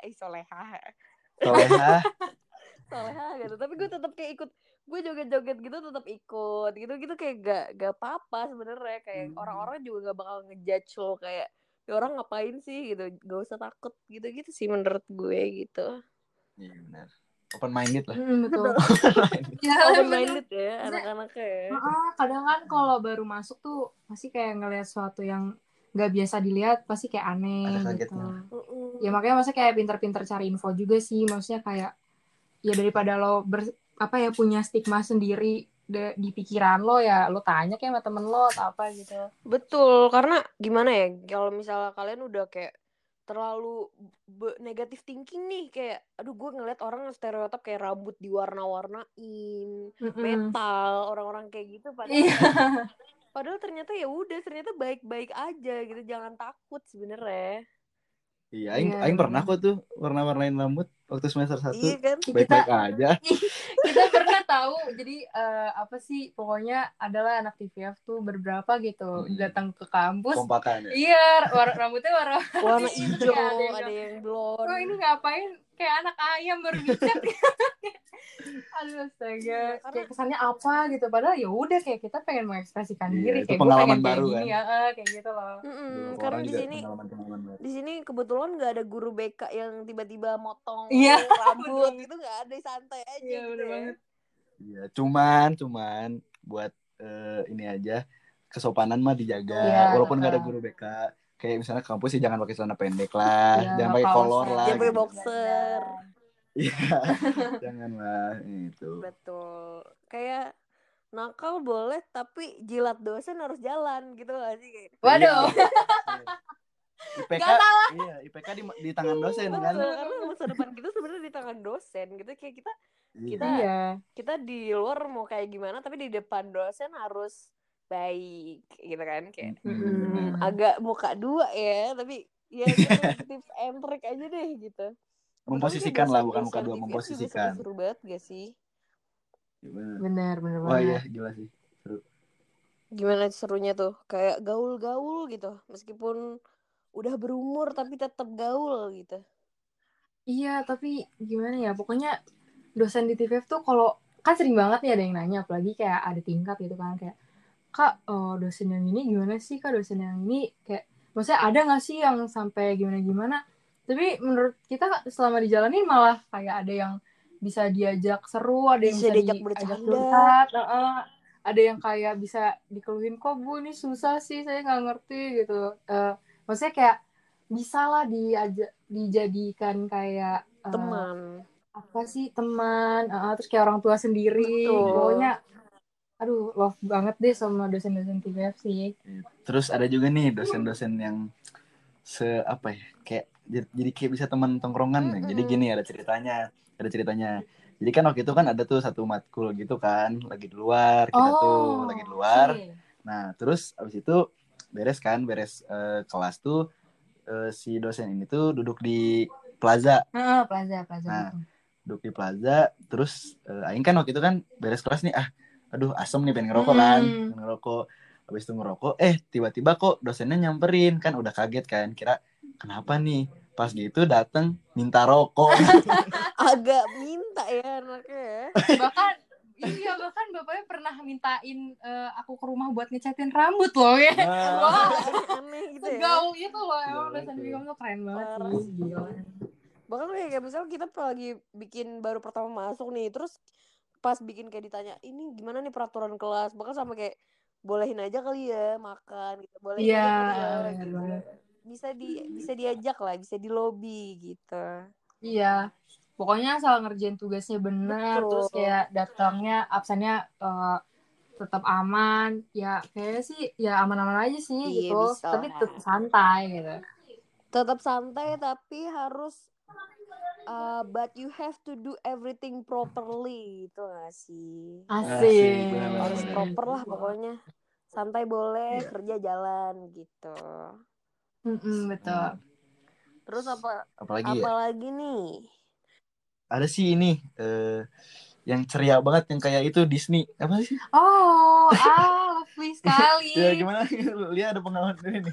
gitu, tapi gue tetap kayak ikut, gue joget-joget gitu tetap ikut gitu kayak gak apa-apa sebenarnya. Kayak orang-orang juga gak bakal ngejudge lo kayak ya orang ngapain sih gitu, gak usah takut gitu sih menurut gue gitu. Iya benar. open minded lah. Betul. Ya, Open bener. minded ya anak-anaknya ya. Kadang kan kalau baru masuk tuh pasti kayak ngelihat sesuatu yang nggak biasa dilihat, pasti kayak aneh Ada gitu. kagetnya. Ya makanya maksudnya kayak pinter-pinter cari info juga sih, maksudnya kayak ya daripada lo punya stigma sendiri di pikiran lo, ya lo tanya kayak sama temen lo atau apa gitu. Betul, karena gimana ya, kalau misalnya kalian udah kayak terlalu negative thinking nih, kayak aduh gue ngeliat orang stereotip kayak rambut diwarna-warnain, metal, orang-orang kayak gitu, padahal ternyata ya udah, ternyata baik-baik aja gitu, jangan takut sebenarnya. Iya, aing pernah kok tuh warna-warnain rambut waktu semester 1. Iya kan? Baik-baik aja. Kita pernah tahu, jadi pokoknya adalah anak TVF tuh beberapa gitu datang ke kampus. Kompakan ya? Iya, rambutnya warna hijau, ya, ada yang blonde. Oh ini ngapain kayak anak ayam berbicara. Aduh astaga, kayak kesannya apa gitu, padahal ya udah kayak kita pengen mengekspresikan diri, kayak gue pengen baru, kayak gini kan? ya, kayak gitu loh. Karena di sini kebetulan nggak ada guru BK yang tiba-tiba motong rambut gitu, nggak ada, santai aja gitu ya. Iya, cuman buat ini aja, kesopanan mah dijaga, walaupun nggak ada guru BK. Kayak misalnya kampus sih jangan pakai celana pendek lah, jangan pakai kolor lah, jangan pakai boxer. Iya, janganlah itu. Betul. Kayak nakal boleh, tapi jilat dosen harus jalan gitu gak sih? Waduh. IPK, iya, IPK di tangan dosen kan? Karena masa depan kita sebenarnya di tangan dosen gitu, kayak kita di luar mau kayak gimana, tapi di depan dosen harus baik gitu kan, kayak agak muka dua ya, tapi ya tips and trick aja deh gitu. Memposisikan lah, bukan muka dua, memposisikan. Seru banget gak sih? Bener wah iya, gila sih, seru. Gimana serunya tuh, kayak gaul-gaul gitu, meskipun udah berumur tapi tetap gaul gitu. Iya, tapi gimana ya, pokoknya dosen di TVF tuh kalau kan sering banget nih ada yang nanya, apalagi kayak ada tingkat gitu kan, kayak kak dosen yang ini gimana sih kak, dosen yang ini kayak maksudnya ada nggak sih yang sampai gimana, tapi menurut kita selama dijalanin malah kayak ada yang bisa diajak seru, ada yang bisa diajak curhat, ada yang kayak bisa dikeluhin, kok bu ini susah sih saya nggak ngerti gitu, maksudnya kayak bisa lah dijadikan kayak teman, terus kayak orang tua sendiri. betul. Pokoknya aduh love banget deh sama dosen-dosen TVF sih. Terus ada juga nih dosen-dosen yang kayak jadi kayak bisa teman tongkrongan. Jadi gini, ada ceritanya. Jadi kan waktu itu kan ada tuh satu matkul gitu kan, lagi di luar, lagi di luar. Nah, terus abis itu beres kelas tuh, si dosen ini tuh duduk di plaza. Plaza. Nah, duduk di plaza, terus aing kan waktu itu kan beres kelas nih, aduh asem nih, pengen ngerokok. Habis itu ngerokok, tiba-tiba kok dosennya nyamperin, kan udah kaget kan, kira kenapa nih, pas gitu dateng minta rokok. Agak minta ya anaknya. Bahkan bapaknya pernah mintain aku ke rumah buat ngecatin rambut loh ya. Wah, aneh gitu ya. Segaul itu loh, emang dosen BKOM tuh keren banget sih, gila. Bahkan kayak misalnya kita lagi bikin baru pertama masuk nih, terus pas bikin kayak ditanya, ini gimana nih peraturan kelas, bahkan sampai kayak bolehin aja kali ya makan gitu, bolehin aja kali ya gitu. Bisa diajak lah, bisa di lobby gitu. Iya, pokoknya asal ngerjain tugasnya benar, terus kayak datangnya absennya tetap aman, ya kayaknya sih ya aman-aman aja sih gitu, tapi tetap santai gitu. Tetap santai tapi harus but you have to do everything properly, itu gak sih? Asik. Harus proper lah pokoknya. Santai boleh, kerja jalan gitu. Betul. Terus apalagi nih? Ada sih ini yang ceria banget, yang kayak itu Disney apa sih? Lovely sekali. Ya gimana? Lihat ada pengalaman ini.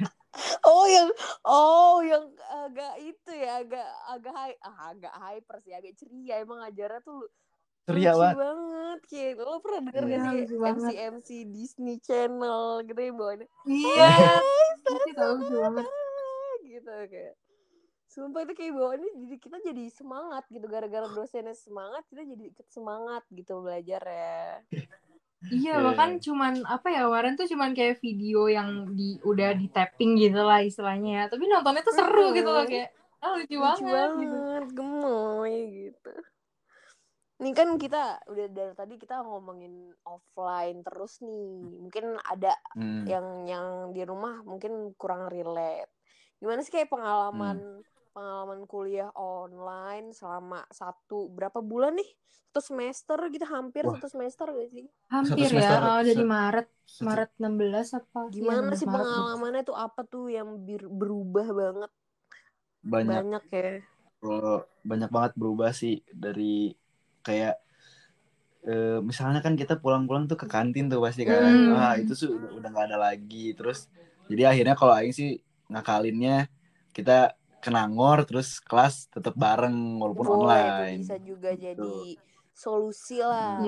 yang agak itu ya, agak hyper sih, agak ceria, emang ajarnya tuh ceria banget. Kayak lo pernah denger gak sih MC Disney Channel gitu ya, bawaannya? Iya, itu lucu banget. Gitu kayak Sumpah itu kayak bawaannya jadi kita jadi semangat gitu, gara-gara dosennya semangat kita jadi ikut semangat gitu belajar ya. Iya, bahkan cuman apa ya, kemarin tuh cuman kayak video yang udah di tapping gitu lah istilahnya. Tapi nontonnya tuh seru gitu loh, kayak lucu banget gitu. Gemoy gitu. Ini kan kita udah dari tadi kita ngomongin offline terus nih. Mungkin ada yang di rumah mungkin kurang relate. Gimana sih kayak pengalaman kuliah online selama berapa bulan nih? 1 semester gitu, hampir 1 semester gak sih? Hampir ya, dari Maret 16 apa? Gimana ya, sih Maret. pengalamannya tuh apa tuh yang berubah banget? Banyak ya. Kalau banyak banget berubah sih dari kayak misalnya kan kita pulang-pulang tuh ke kantin tuh pasti kan. Itu tuh udah gak ada lagi. Terus jadi akhirnya kalau Aing sih ngakalinnya kita ke Nangor terus kelas tetap bareng walaupun Boleh tuh, online. bisa juga jadi solusi lah.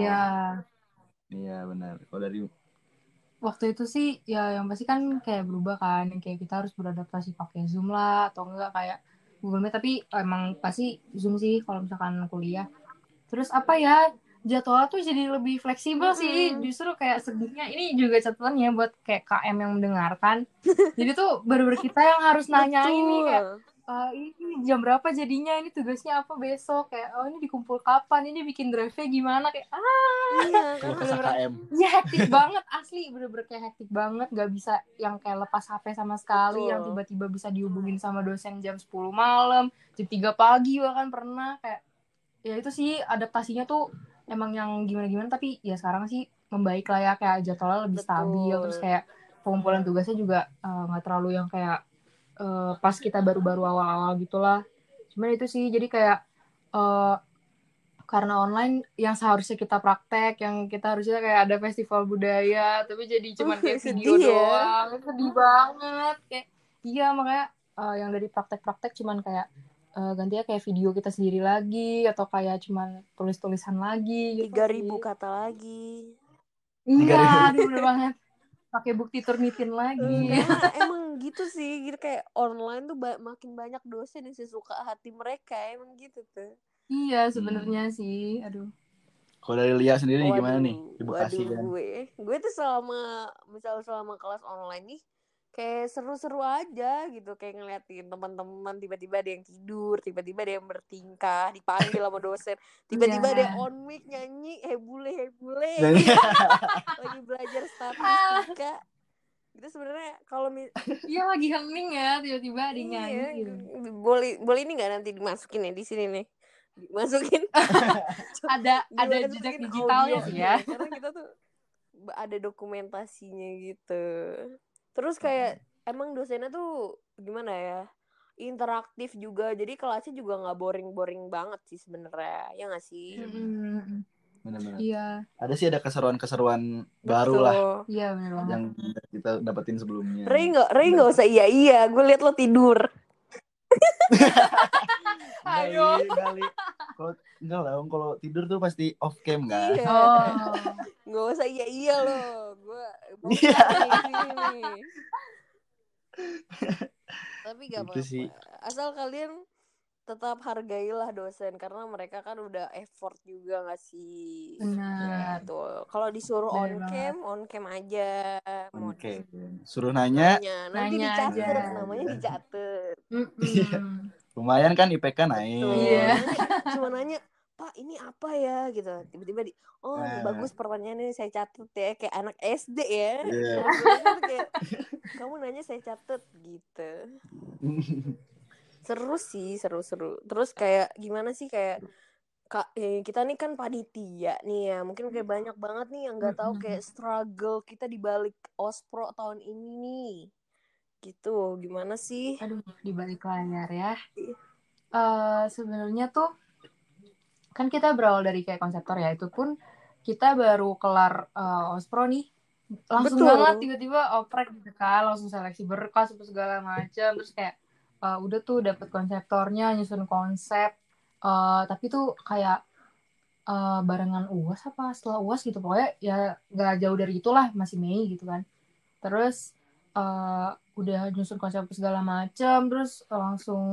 Iya benar. Kalau dari waktu itu sih ya yang pasti kan kayak berubah kan, kayak kita harus beradaptasi pakai Zoom lah atau enggak kayak Google Meet, tapi emang pasti Zoom sih kalau misalkan kuliah. Terus apa ya, jadwalnya tuh jadi lebih fleksibel sih. Justru kayak sedihnya ini juga catatannya buat kayak KM yang mendengarkan. Jadi tuh bener-bener kita yang harus nanyain nih kayak ini jam berapa jadinya, ini tugasnya apa besok, kayak ini dikumpul kapan, ini bikin drive-nya gimana, kayak iya, bener-bener ya hektik banget asli, bener-bener kayak hektik banget, gak bisa yang kayak lepas HP sama sekali. Yang tiba-tiba bisa dihubungin sama dosen jam 10 malam, jam 3 pagi bahkan pernah, kayak ya itu sih adaptasinya tuh emang yang gimana-gimana, tapi ya sekarang sih membaik lah ya, kayak jadwalnya lebih stabil. Terus kayak pengumpulan tugasnya juga nggak terlalu yang kayak pas kita baru-baru awal-awal gitulah. Cuman itu sih jadi kayak karena online yang seharusnya kita praktek, yang kita harusnya kayak ada festival budaya, tapi jadi cuman kayak video doang. Sedih banget kayak. Iya, makanya yang dari praktek-praktek cuman kayak gantinya kayak video kita sendiri lagi atau kayak cuman tulis-tulisan lagi gitu. 3.000 kata lagi. Iya, aduh bener banget. Pakai bukti Turnitin lagi. Karena emang gitu sih, gitu kayak online tuh makin banyak dosen yang sesuka hati mereka, emang gitu tuh. Iya, sebenarnya sih. Aduh. Kalau dari Lia sendiri gimana nih di Bekasi kan? Gue tuh selama kelas online nih kayak seru-seru aja gitu, kayak ngeliatin teman-teman tiba-tiba ada yang tidur, tiba-tiba ada yang bertingkah, dipanggil sama dosen, tiba-tiba ada yang on mic nyanyi hebule lagi belajar statistika. Itu sebenarnya kalau iya lagi hening ya, tiba-tiba ada yang nyanyi gitu. Boleh ini nggak nanti dimasukin ya di sini nih, dimasukin ada jejak digitalnya sih ya, karena kita tuh ada dokumentasinya gitu. Terus kayak emang dosennya tuh gimana ya, interaktif juga, jadi kelasnya juga nggak boring banget sih sebenarnya, ya nggak sih? Benar-benar. Iya. Ada sih, ada keseruan-keseruan baru lah. Iya benar banget. Yang kita dapetin sebelumnya. Ray nggak usah iya. Gue liat lo tidur. Ayo. Kalau enggak lah, kalau tidur tuh pasti off cam kan. Iya. Nggak usah iya lo. Gue mau di sini nih. Tapi gak apa-apa. Asal kalian tetap hargailah dosen, karena mereka kan udah effort juga nggak sih? Benar. Gitu. Kalau disuruh on cam aja. Oke. Suruh nanya nanti dicatat, namanya dicatat. Lumayan kan IPK naik. Iya. Cuma nanya, Pak ini apa ya gitu, tiba-tiba bagus pertanyaannya, saya catat ya, kayak anak SD ya. Kayak, kamu nanya saya catat gitu. Seru sih, seru. Terus kayak gimana sih, kayak kita nih kan panitia nih ya, mungkin kayak banyak banget nih yang nggak tahu kayak struggle kita di balik Ospro tahun ini nih, gitu. Gimana sih? Aduh, di balik layar ya. Sebenarnya tuh kan kita berawal dari kayak konseptor ya, itu pun kita baru kelar Ospro nih, langsung banget tiba-tiba oprek gitu kan, langsung seleksi berkas segala macam, terus kayak udah tuh dapet konseptornya, nyusun konsep, tapi tuh kayak barengan UAS apa setelah UAS gitu, pokoknya ya gak jauh dari itulah, masih Mei gitu kan. Terus udah nyusun konsep segala macam, terus langsung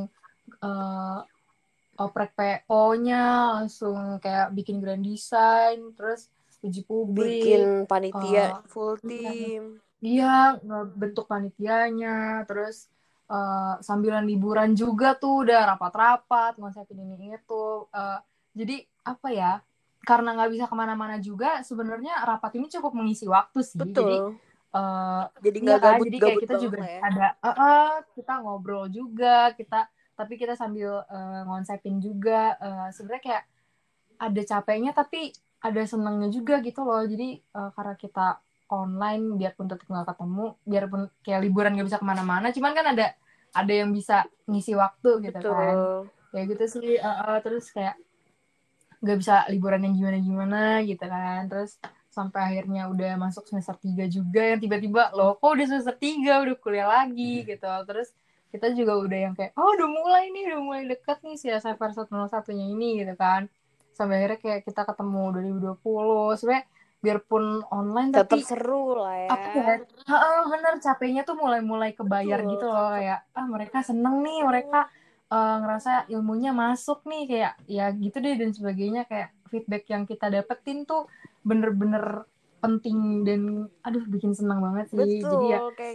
eh, oprek PO-nya, langsung kayak bikin grand design, terus uji publik, Bikin panitia full iya, team. iya, ngebentuk panitianya, terus sambilan liburan juga tuh udah rapat-rapat, ngonsepin ini itu. Jadi apa ya? Karena nggak bisa kemana-mana juga, sebenarnya rapat ini cukup mengisi waktu sih. Jadi Betul. Jadi iya nggak kan, jadi kayak gabut-gabut kita banget juga lah ya. ada, kita ngobrol juga, tapi kita sambil ngonsepin juga. Sebenarnya kayak ada capeknya, tapi ada senangnya juga gitu loh. Jadi karena kita online, biarpun tetap nggak ketemu, biarpun kayak liburan nggak bisa kemana-mana, cuman kan ada yang bisa ngisi waktu gitu kan. Betul. Kayak gitu sih. Terus kayak nggak bisa liburan yang gimana-gimana gitu kan. Terus sampai akhirnya udah masuk semester 3 juga, yang tiba-tiba loh kok udah semester 3 udah kuliah lagi gitu. Terus kita juga udah yang kayak udah mulai deket nih si SFR 101-nya ini gitu kan. Sampai akhirnya kayak kita ketemu 2020. Sebenarnya biarpun online Tetap tapi seru lah ya. apa ya, bener capeknya tuh mulai kebayar Betul. gitu loh, kayak mereka seneng nih, mereka ngerasa ilmunya masuk nih, kayak ya gitu deh dan sebagainya. Kayak feedback yang kita dapetin tuh bener-bener penting dan aduh bikin seneng banget sih. Jadi ya Betul, kayak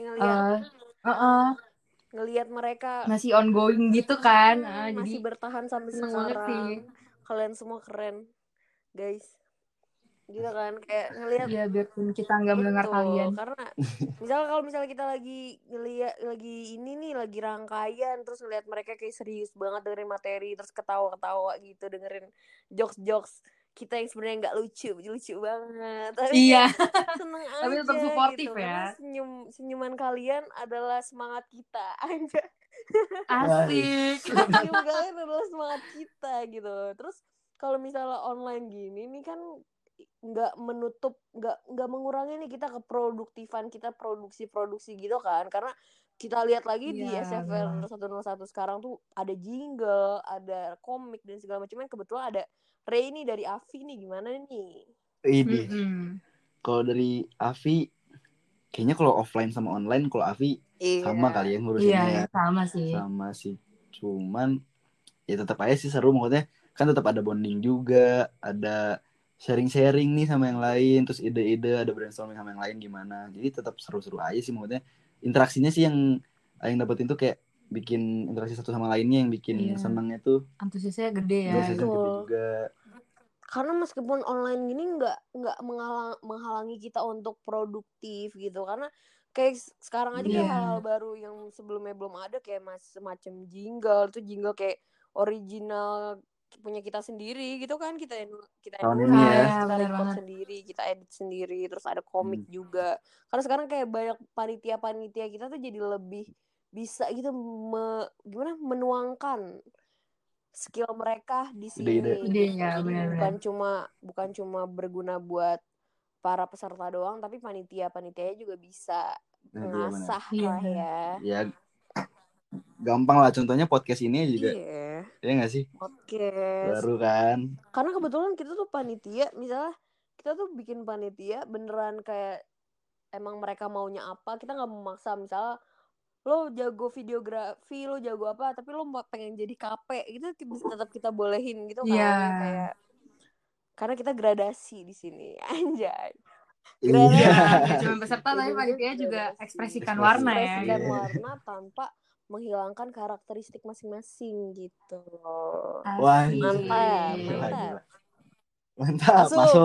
ngelihat mereka masih ongoing gitu kan. masih Jadi bertahan sampai seneng banget sih. sekarang. Kalian semua keren, guys. Gitu kan, kayak ngelihat. Ya biarpun kita nggak mendengar kalian. Karena kalau misalnya kita lagi ngeliat lagi ini nih lagi rangkaian, terus ngelihat mereka kayak serius banget dengerin materi, terus ketawa-ketawa gitu dengerin jokes-jokes kita yang sebenarnya nggak lucu banget, tapi Iya. kayak seneng Tapi tetap aja suportif gitu, ya. karena senyuman kalian adalah semangat kita aja. Asik. Senyum kalian adalah semangat kita gitu. Terus kalau misalnya online gini nih kan nggak mengurangi nih kita keproduktifan kita produksi gitu kan, karena kita lihat lagi di Iya, SFR 101 sekarang tuh ada jingle, ada komik dan segala macam. Kebetulan ada Ray ini dari Avi nih, gimana nih? Ini kalau dari Avi kayaknya kalau offline sama online, kalau Avi sama kali ya ngurusinnya. Iya, sama sih. Sama sih. Cuman ya tetap aja sih seru, maksudnya kan tetap ada bonding juga, ada sharing-sharing nih sama yang lain, terus ide-ide, ada brainstorming sama yang lain gimana. Jadi tetap seru-seru aja sih, maksudnya interaksinya sih yang dapetin tuh kayak bikin interaksi satu sama lainnya, yang bikin senangnya tuh antusiasnya gede ya. antusiasnya gede juga. Karena meskipun online gini nggak menghalangi kita untuk produktif gitu, karena kayak sekarang aja kayak hal-hal baru yang sebelumnya belum ada, kayak semacam jingle kayak original punya kita sendiri gitu kan, kita Tahun ini ya. kita record sendiri, kita edit sendiri, terus ada komik juga. Karena sekarang kayak banyak panitia kita tuh jadi lebih bisa gitu menuangkan skill mereka di sini. Idenya, Jadi benar-benar. bukan cuma berguna buat para peserta doang, tapi panitianya juga bisa ngasah lah ya. Ya gampang lah, contohnya podcast ini juga. Ya nggak sih? Podcast. Baru kan. Karena kebetulan kita tuh panitia, misalnya kita tuh bikin panitia beneran kayak emang mereka maunya apa, kita nggak memaksa. Misalnya lo jago videografi, lo jago apa, tapi lo pengen jadi KP gitu, tetap kita bolehin gitu kan. Kayak karena kita gradasi di sini, anjay. Gak cuma peserta, tapi panitia juga ekspresikan warna ya. Ekspresikan warna tanpa menghilangkan karakteristik masing-masing gitu. Wah, mantap.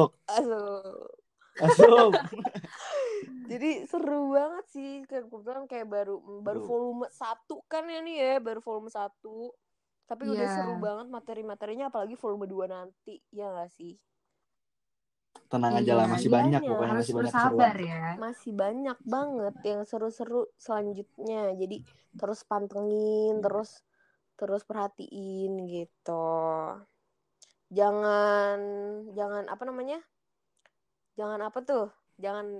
Masuk. Jadi seru banget sih, kebetulan kayak baru volume 1 kan ya nih ya, baru volume 1. Tapi udah seru banget materi-materinya, apalagi volume 2 nanti, ya gak sih? Tenang aja lah, masih banyak pokoknya, masih banyak sabar ya. Masih banyak banget yang seru-seru selanjutnya. Jadi terus pantengin, terus perhatiin gitu. Jangan apa namanya? Jangan apa tuh? Jangan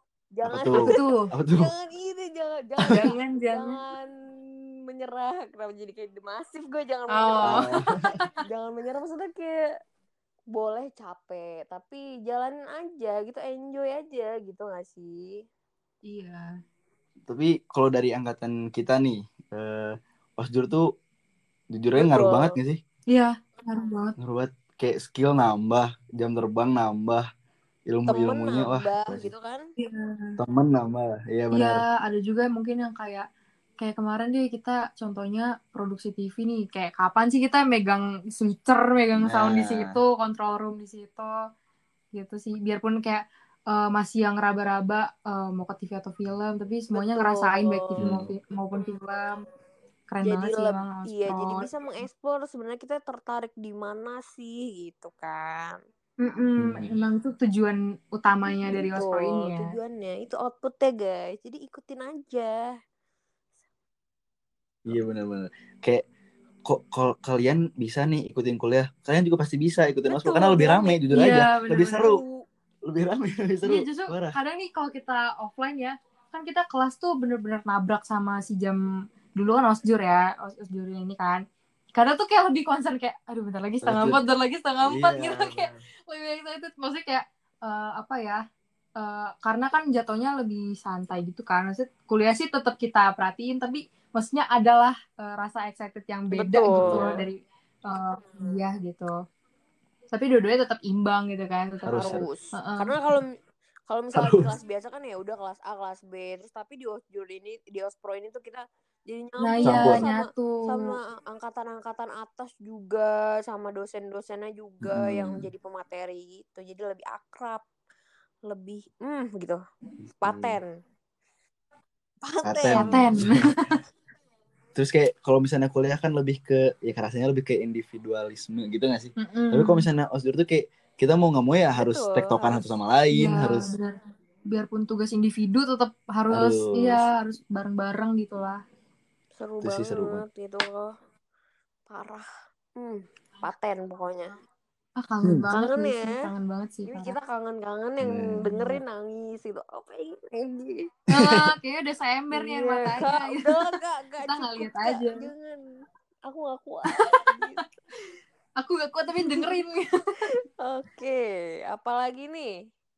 menyerah. Kenapa jadi kayak The Massive gue? Jangan menyerah. Jangan menyerah, maksudnya kayak boleh capek, tapi jalanin aja gitu, enjoy aja gitu gak sih? Iya. Tapi kalau dari angkatan kita nih, Osjur tuh Jujur aja ngaruh Betul. banget gak sih? Iya, ngaruh banget. Ngaruh banget. Kayak skill nambah, jam terbang nambah, Temen ilmunya wah nambah gila sih. gitu kan. Iya. Temen nambah, iya Iya, benar. ada juga mungkin yang kayak kemarin deh kita contohnya produksi TV nih, kayak kapan sih kita megang switcher, megang sound di situ, Nah, control room di situ, gitu sih. Biarpun kayak masih yang raba-raba mau ke TV atau film, tapi semuanya ngerasain baik TV Betul. maupun film. Keren Jadi banget sih emang iya, jadi Osprot. bisa mengeksplor sebenarnya kita tertarik di mana sih gitu kan. Emang itu tujuan utamanya dari Ospro Betul, ini ya. tujuannya itu outputnya guys. Jadi ikutin aja. iya benar-benar. Kayak kok kalau kalian bisa nih ikutin kuliah, kalian juga pasti bisa ikutin ospek Betul, karena lebih lebih rame, rame. jujur Iya, aja, lebih benar-benar. seru, lebih rame, lebih seru. Iya, justru Parah. kadang nih kalau kita offline ya, kan kita kelas tuh bener-bener nabrak sama si jam dulu kan osjur ya, osjur ini kan. Karena tuh kayak lebih concern kayak, aduh bentar lagi setengah Lanjut. 4, bentar lagi setengah 4 Iya, gitu kayak lebih excited. Maksudnya kayak apa ya? Karena kan jatuhnya lebih santai gitu kan. Maksudnya kuliah sih tetap kita perhatiin, tapi maksudnya adalah rasa excited yang beda gitu Betul. dari kuliah gitu. Tapi dua-duanya tetap imbang gitu kan, tetap Harus. Heeh. Karena kalau misalnya di harus. kelas biasa kan ya udah kelas A, kelas B, terus tapi di Osjur ini, di Ospro ini tuh kita jadi Nah nyambung ya Campur. nyatu. sama angkatan-angkatan atas juga, sama dosen-dosennya juga yang jadi pemateri gitu. Jadi lebih akrab, lebih gitu. Paten. Paten. Terus kayak kalau misalnya kuliah kan lebih ke ya rasanya lebih ke individualisme gitu gak sih? Tapi kalau misalnya osdur tuh kayak kita mau nggak mau ya harus Betul, tektokan harus. satu sama lain, Iya, harus benar. Biarpun tugas individu tetap harus harus bareng-bareng gitulah. Seru itu sih seru banget gitu loh. Parah. Paten pokoknya. Kangen banget Kangen nih ya. sih, kangen banget sih. Ini Parah. kita kangen-kangen yang dengerin nangis gitu. Apa ini? Kayaknya udah seember nih Iya, matanya. Kak, Gitu. udahlah Kak, Kita nggak cukup lihat Kak, aja. jangan. Aku gak kuat. Gitu. Aku gak kuat tapi dengerin. Oke, apalagi nih?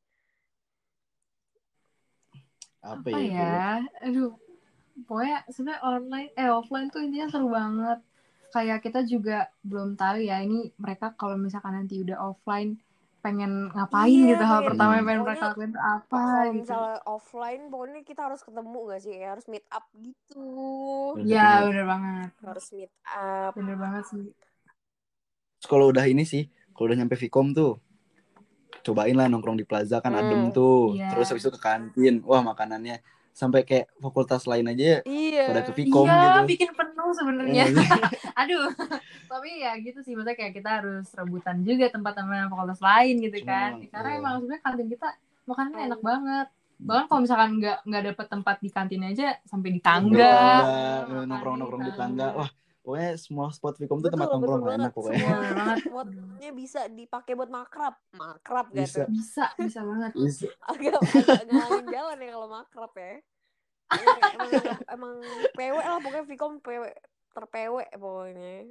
apa ya? itu? Aduh, pokoknya sebenarnya offline tuh intinya seru banget. Kayak kita juga belum tahu ya ini mereka kalau misalkan nanti udah offline pengen ngapain gitu, hal pertama yang pengen mereka pokoknya lakuin tuh apa kalau gitu. misalnya offline pokoknya kita harus ketemu gak sih? Harus meet up gitu. Iya, bener banget. Harus meet up. Bener banget sih. Terus kalau udah ini sih, kalau udah nyampe Vkom tuh cobain lah nongkrong di plaza kan adem tuh. Iya. Terus habis itu ke kantin, wah makanannya sampai kayak fakultas lain aja pada ke Vkom Iya, gitu. bikin penuh sebenarnya. Aduh, tapi ya gitu sih, maksudnya kayak kita harus rebutan juga tempat sama fakultas lain gitu kan. Karena emang sebenarnya kantin kita makanannya enak banget. Bahkan kalau misalkan nggak dapet tempat di kantin aja, sampai di tangga. Nongkrong-nongkrong di tangga. Wah, pokoknya semua spot Vkom tuh tempat Betul nongkrong banget. enak pokoknya. Semua spotnya bisa dipakai buat makrab gak tuh? Bisa banget. Agak ngalangin jalan ya kalau makrab ya. Emang PW lah pokoknya Vkom PW terPW pokoknya.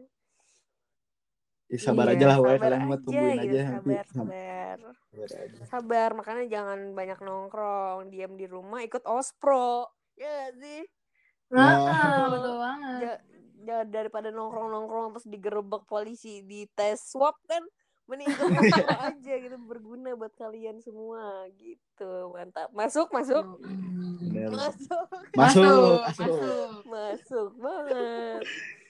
Sabar aja lah pokoknya sabar kalian buat tungguin gitu, aja nanti. Sabar, makanya jangan banyak nongkrong, diam di rumah ikut ospro. Ya gak sih? Betul banget. Daripada nongkrong terus digerebek polisi di tes swab kan, mending ikut ospro aja gitu, berguna buat kalian semua gitu. Mantap. Masuk banget.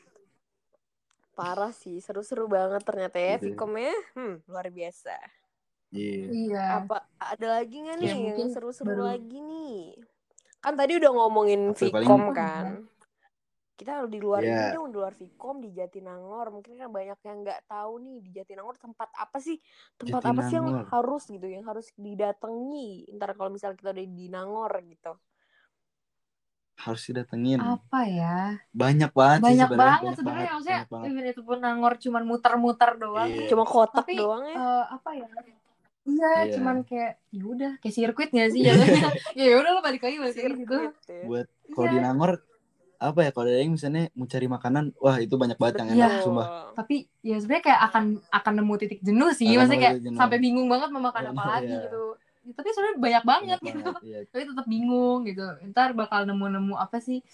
Parah sih, seru-seru banget ternyata ya Vkom-nya. Luar biasa. Iya. Apa ada lagi nggak nih yang seru-seru lagi nih? Kan tadi udah ngomongin Vkom kan. Kita harus di luar ini dong, di luar Vkom, di Jatinangor. Mungkin kan banyak yang nggak tahu nih di Jatinangor tempat apa sih yang harus gitu, yang harus didatangi. Ntar kalau misalnya kita udah di Nangor gitu. Harus didatengin. Apa ya? Banyak banget sebenarnya. Maksudnya even itu pun Nangor cuman muter-muter doang. Cuma kotak tapi, doang ya. Apa ya? Iya, cuman kayak ya udah kayak sirkuit nggak sih jatuhnya? Ya udah lo balik lagi gitu. Buat kalau di Nangor apa ya, kalau ada yang misalnya mau cari makanan, wah itu banyak banget yang enak sumpah. Tapi ya sebenarnya kayak akan nemu titik jenuh sih, maksudnya kayak sampai bingung banget mau makan apa lagi gitu. Tapi sebenarnya banyak banget gitu. Tapi tetap bingung gitu. Ntar bakal nemu apa sih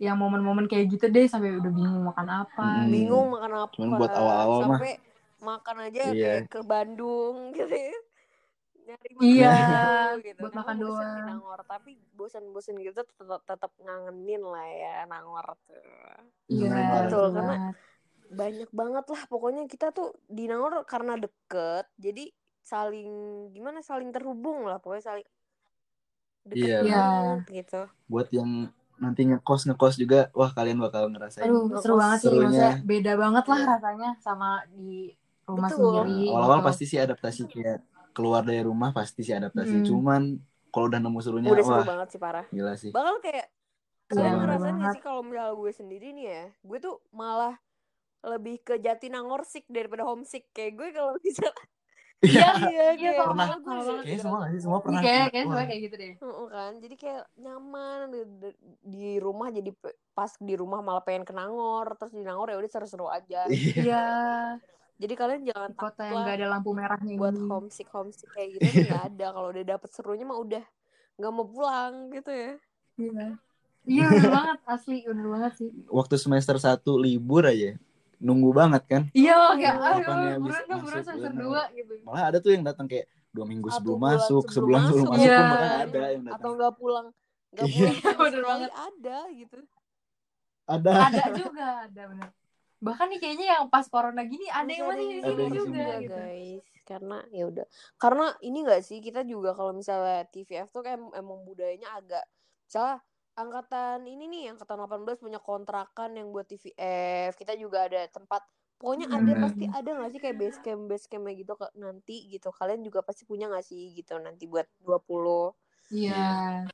yang momen-momen kayak gitu deh sampai udah bingung makan apa. Bingung makan apa. Cuman buat awal-awal mah. Sampai makan aja Iya. kayak ke Bandung gitu ya. Nyari makan Iya, dulu gitu. buat Karena makan bosen di doang. Nangor, tapi bosen-bosen gitu tetap ngangenin lah ya Nangor tuh. Iya, Betul, betul karena banget. banyak banget lah pokoknya kita tuh di Nangor karena deket, jadi saling terhubung lah, pokoknya saling deket Iya. banget gitu. Buat yang nanti ngekos juga, wah kalian bakal ngerasain Aduh, seru banget sih. serunya. Maksudnya beda banget lah Iya. rasanya sama di rumah Betul. sendiri. Awal-awal gitu. pasti sih adaptasi, kayak keluar dari rumah pasti sih adaptasi. Cuman kalau udah nemu serunya, Udah seru wah banget sih, parah. gila sih. Bakal kayak Iya, kalian bener ngerasain banget. gak sih kalau misalnya gue sendiri nih ya, gue tuh malah lebih ke Jatinangor sick daripada homesick. Kayak gue kalau bisa Iya, kayak sama pernah. malah gue Kayaknya semua gak sih? Semua Iya, pernah. kayak Wah. semua kayak gitu deh. kan, jadi kayak nyaman di rumah, jadi pas di rumah malah pengen ke Nangor, terus di Nangor ya udah seru-seru aja. Iya. Jadi kalian jangan Di kota takut yang lah gak ada lampu merahnya buat ini. homesick kayak gitu nih, nggak ada. Kalau udah dapet serunya mah udah nggak mau pulang gitu ya. Iya. Iya, bener banget, asli bener banget sih. Waktu semester 1 libur aja, nunggu banget kan. Iya, kayak Kapan ya aduh, bisa buruan masuk, semester bener. 2 gitu. Malah ada tuh yang datang kayak 2 minggu 1 sebelum bulan masuk, sebelum sebulan sebelum masuk, masuk pun Iya. bahkan ada yang datang. atau nggak pulang Iya. sama Bener sekali, banget. ada gitu. Ada. Ada juga, ada bener. Bahkan nih kayaknya yang pas corona gini ada yang masih di Ada sini yang juga masih gitu. guys. Karena ya udah, karena ini nggak sih, kita juga kalau misalnya TVF tuh kayak emang budayanya agak, misalnya angkatan ini nih, angkatan 18 punya kontrakan yang buat TVF, kita juga ada tempat, pokoknya ada, pasti ada nggak sih kayak base campnya gitu nanti gitu. Kalian juga pasti punya nggak sih gitu nanti buat 20? Iya.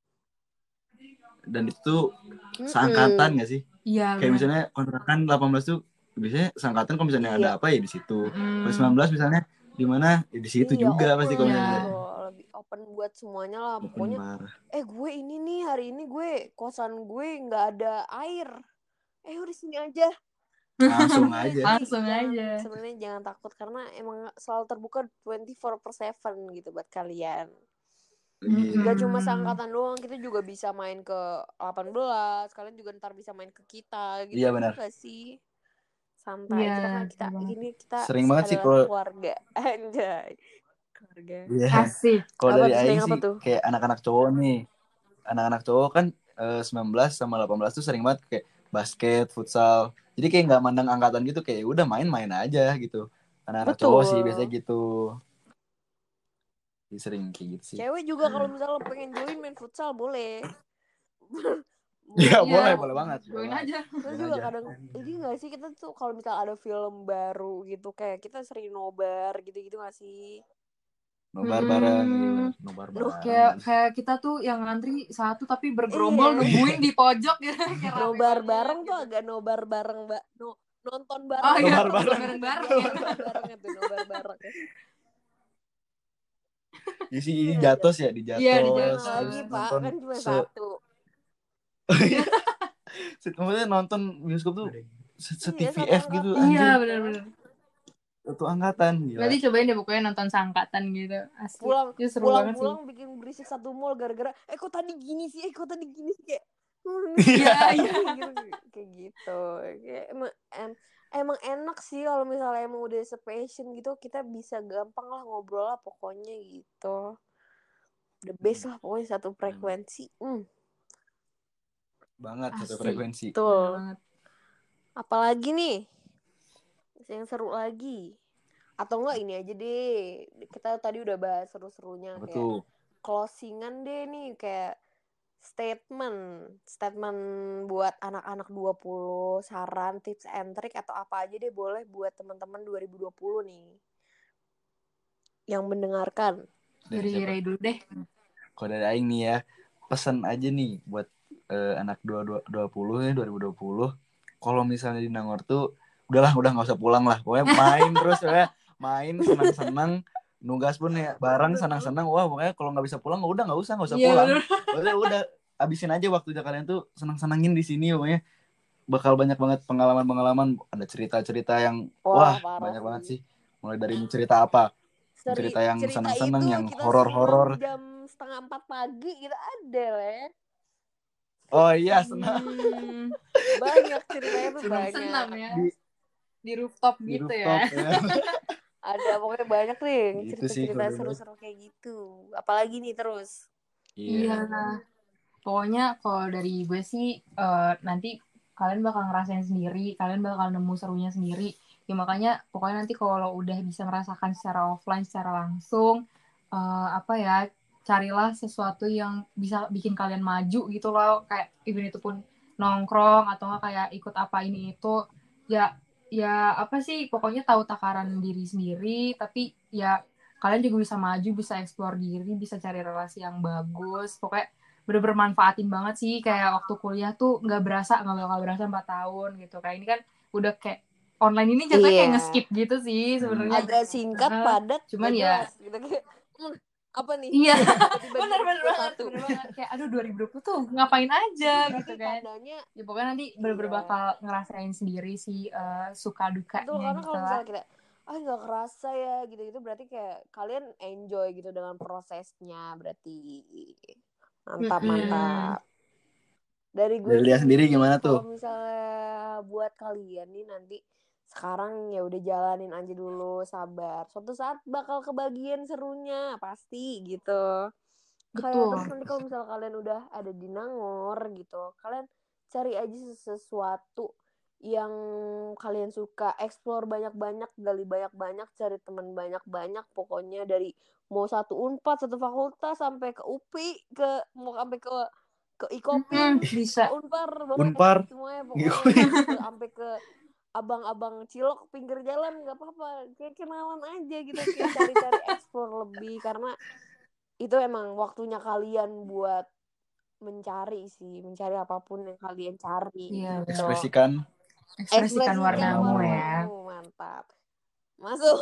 Dan itu tuh seangkatan gak sih? Iya. Kayak misalnya kontrakan 18 tuh biasanya seangkatan, kalau misalnya ada apa ya di situ. Kalau 19 misalnya di mana ya di situ juga open, pasti kalau misalnya. lebih open buat semuanya lah Open pokoknya. parah. Gue ini nih hari ini gue kosan gue nggak ada air, udah sini aja. Langsung aja. Langsung aja. Sebenarnya jangan takut, karena emang selalu terbuka 24/7 gitu buat kalian. Gak cuma seangkatan doang, kita juga bisa main ke 18, kalian juga ntar bisa main ke kita gitu. Iya, benar. Gak sih? Santai, Iya, kita ini kita sering banget sih adalah kalau keluarga. Anjay, keluarga. Iya. Asik. Kalau Apa dari tuh, Aing sering apa sih tuh? kayak anak-anak cowok nih. Anak-anak cowok kan 19 sama 18 tuh sering banget kayak basket, futsal. Jadi kayak nggak mandang angkatan gitu, kayak udah main-main aja gitu. Anak-anak cowok sih biasanya gitu. Jadi sering kayak gitu sih. Cewek juga kalau misalnya pengen join main futsal boleh. Ya, Iya. boleh banget. Join aja. Terus juga kadang ini nggak sih, kita tuh kalau misalnya ada film baru gitu, kayak kita sering nobar gitu-gitu nggak sih? Nobar bareng, nobar bareng. Kayak kita tuh yang ngantri satu tapi bergerombol nungguin di pojok gitu. Nobar bareng tuh agak nobar bareng, Mbak. Nonton bareng. Oh iya, Nobar bareng. bareng-bareng. Itu nobar bareng. Isi Jatos ya, di Jatos. Iya, di Jatos. Lagi Pak, kan cuma satu. Maksudnya nonton bioskop tuh se-TVF gitu. Iya, benar-benar. Satu angkatan, gila. Berarti cobain deh pokoknya nonton seangkatan gitu. Asli. Pulang bikin berisik satu mall gara-gara kok tadi gini sih, kayak Iya. kayak gitu. Kayak emang enak sih kalau misalnya emang udah sepassion gitu, kita bisa gampang lah ngobrol lah pokoknya gitu. The best lah pokoknya, satu frekuensi. Banget, Asli. satu frekuensi. Betul. Apalagi nih yang seru lagi, atau enggak ini aja deh, kita tadi udah bahas seru-serunya. Betul. Kayak closingan deh nih, kayak statement buat anak-anak 20, saran, tips and trick atau apa aja deh boleh buat teman-teman 2020 nih yang mendengarkan. Dari Ray dulu deh. Kalau dari Aing nih ya, pesan aja nih buat anak 2020 ya, 2020. Kalau misalnya di Nangor tuh udahlah, udah nggak usah pulang lah, pokoknya main terus ya, main senang-senang, nugas pun ya bareng senang-senang. Wah, pokoknya kalau nggak bisa pulang udah nggak usah pulang. Udah abisin aja waktunya kalian tuh, senang-senangin di sini. Pokoknya bakal banyak banget pengalaman, ada cerita-cerita yang wah banyak banget sih. Mulai dari cerita apa? Cerita yang senang-senang, yang horor-horor. Jam 3:30 pagi kita ada lah ya. Oh iya, senam. Banyak ceritanya tuh Senam. banyak. Senam ya. Di Di rooftop di gitu rooftop ya. Ada pokoknya banyak nih Gitu sih cerita-cerita kalau dulu. seru-seru kayak gitu. Apalagi nih terus. Iya. Pokoknya kalau dari gue sih nanti kalian bakal ngerasain sendiri, kalian bakal nemu serunya sendiri. Ya makanya pokoknya nanti kalau udah bisa merasakan secara offline, secara langsung, apa ya, carilah sesuatu yang bisa bikin kalian maju gitu loh. Kayak even itu pun nongkrong atau nggak kayak ikut apa ini itu. Ya apa sih, pokoknya tahu takaran diri sendiri, tapi ya kalian juga bisa maju, bisa explore diri, bisa cari relasi yang bagus. Pokoknya bener-bener manfaatin banget sih, kayak waktu kuliah tuh nggak bakal berasa 4 tahun gitu. Kayak ini kan udah kayak online ini jatuhnya kayak nge-skip gitu sih sebenarnya. Agak singkat, padat, Cuman gak ya jelas gitu kayak apa nih? iya, Tiba-tiba bener banget, 2021. bener banget. Kayak aduh 2020 tuh ngapain aja gitu Tapi kan. tandanya Ya pokoknya nanti bener-bener iya. bakal ngerasain sendiri sih suka Betul, dukanya karena gitu kalau lah. misalnya kita nggak kerasa ya gitu-gitu, berarti kayak kalian enjoy gitu dengan prosesnya, berarti mantap. Dari gue Dari Lia sendiri gimana kalau tuh? misalnya buat kalian nih nanti sekarang ya udah jalanin aja dulu, sabar, suatu saat bakal kebagian serunya pasti gitu. Kayak terus Betul. nanti kalau misalnya kalian udah ada di Nangor gitu, kalian cari aja sesuatu yang kalian suka, explore banyak-banyak, gali banyak-banyak, cari teman banyak-banyak, pokoknya dari mau satu Unpad, satu fakultas, sampai ke UPI, mau sampai ke Ikopin, Bisa. ke Unpar, Unpar. semuanya pokoknya sampai ke abang-abang cilok pinggir jalan nggak apa-apa, kayak kenalan aja gitu, kayak cari-cari explore lebih, karena itu emang waktunya kalian buat mencari apapun yang kalian cari. Iya, gitu. Ekspresikan warnamu ya. Mantap. Masuk.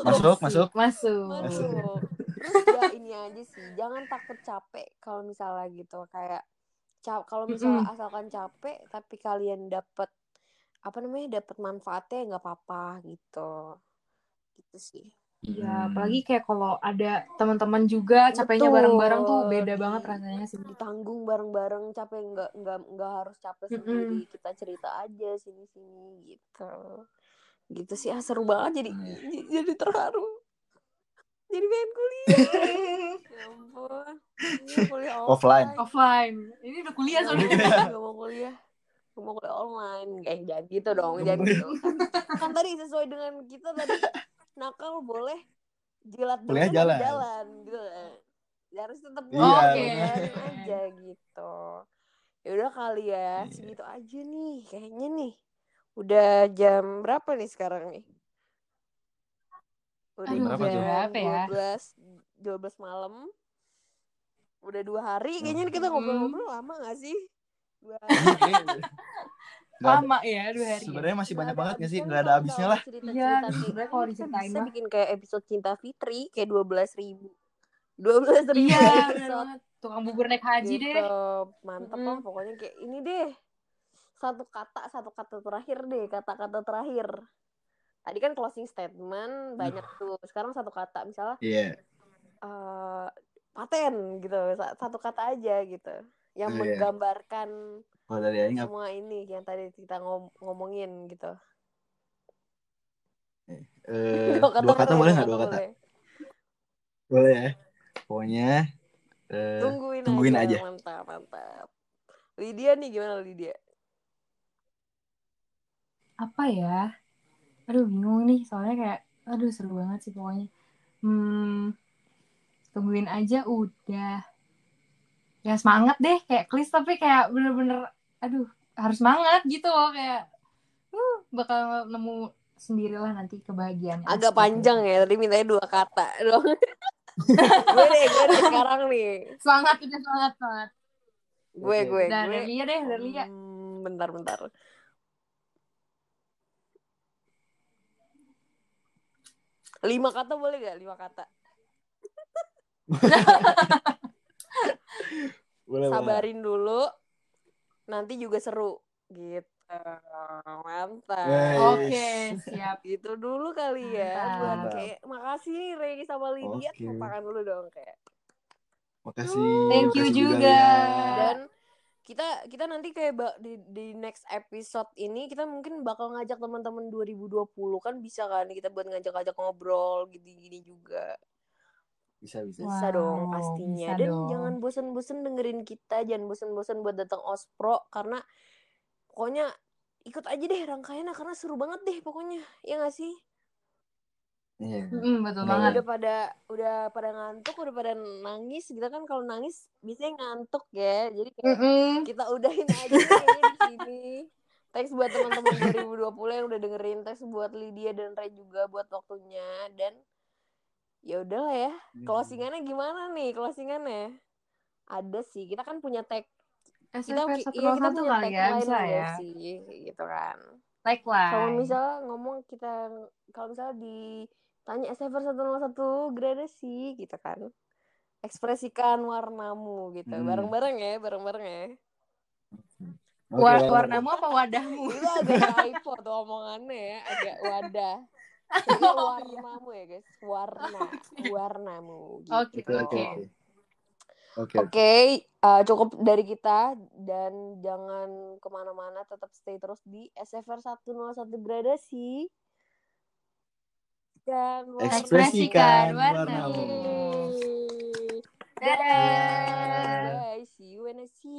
Terus ya ini aja sih, jangan takut capek kalau misalnya gitu, kayak kalau misalnya asalkan capek tapi kalian dapat dapat manfaatnya, nggak apa-apa gitu sih. Iya, apalagi kayak kalau ada teman-teman juga capeknya bareng-bareng tuh beda banget rasanya sih. Ditanggung bareng-bareng, capek nggak harus capek sendiri, kita cerita aja sini gitu sih. Seru banget, jadi terharu, jadi pengen kuliah. Ya ampun, kuliah offline. Ini udah kuliah soalnya. Nggak mau kuliah online. Jangan gitu dong, jangan gitu. Kan tadi sesuai dengan kita tadi, nakal boleh, jilat kuliah dulu jalan. jalan gitu. Harus tetap jalanin aja gitu. Ya udah kali ya, segitu aja nih kayaknya nih. Udah jam berapa nih sekarang nih? Udah jam berapa ya? 12 malam. Udah 2 hari kayaknya kita ngobrol-ngobrol lama gak sih? 2 hari. Lama ya 2 hari. Sebenarnya masih banyak banget gak sih? Gak ada Kalau habisnya lah. Iya, sebenarnya kalau diceritain bisa mah bikin kayak episode Cinta Fitri kayak 12.000. 12.000 iya, episode. Tukang bubur naik haji gitu. deh. Mantep lah pokoknya, kayak ini deh. Satu kata terakhir deh, kata-kata terakhir. Tadi kan closing statement banyak tuh. Sekarang satu kata, misalnya paten gitu. Satu kata aja gitu. Yang menggambarkan semua ini yang tadi kita ngomongin gitu. 2 kata boleh nggak? 2 kata boleh ya. Pokoknya tungguin aja. Mantap. Lydia nih, gimana Lydia? Apa ya? Aduh bingung nih, soalnya kayak aduh seru banget sih pokoknya. Tungguin aja udah. Ya semangat deh, kayak klise tapi kayak bener-bener aduh harus semangat gitu loh, kayak bakal nemu sendirilah nanti kebahagiaannya. Agak panjang ya, tadi mintanya 2 kata doang. gue deh sekarang nih. Semangat. Gue. Dari Lia. Bentar. 5 kata boleh gak? 5 kata. Boleh, sabarin dulu, nanti juga seru gitu. Mantap. Oke, siap. Gitu dulu kali ya. Buat kayak makasih Rey sama Lydia. Tepuk tangan dulu dong kayak. Makasih. Thank you juga. Dan kita nanti kayak di next episode ini kita mungkin bakal ngajak teman-teman 2020 kan, bisa kan kita buat ngajak-ngajak ngobrol gini-gini juga. Bisa. Bisa dong Wow, pastinya. bisa Dan dong. jangan bosen-bosen dengerin kita, jangan bosen-bosen buat datang Ospro, karena pokoknya ikut aja deh rangkaiannya karena seru banget deh pokoknya. Ya nggak sih? Iya. Betul Benar, banget. Udah pada ngantuk, udah pada nangis gitu kan. Kalau nangis biasanya ngantuk ya. Jadi kayak kita udahin aja deh kayaknya di sini. Thanks buat teman-teman 2020 yang udah dengerin. Thanks buat Lydia dan Ray juga buat waktunya. Dan ya udahlah ya. Closingannya gimana nih? Closingannya ada sih. Kita kan punya tag. Kita SFR kita 101 punya kali ya, tagline bisa nih ya. guys sih, gitu kan. Kalau Tagline. misalnya kalau misalnya ditanya SFR 101 gradasi gitu kan. Ekspresikan warnamu gitu. Bareng-bareng ya. Oke. Warnamu apa wadahmu? Itu agak typo tuh omongannya ya, agak wadah. Jadi warnamu ya guys, warnamu gitu. Oke, cukup dari kita dan jangan kemana-mana, tetap stay terus di SFR 101 gradasi. Dan Ekspresikan warnamu. Dadah. Dadah. Bye. See you when I see you.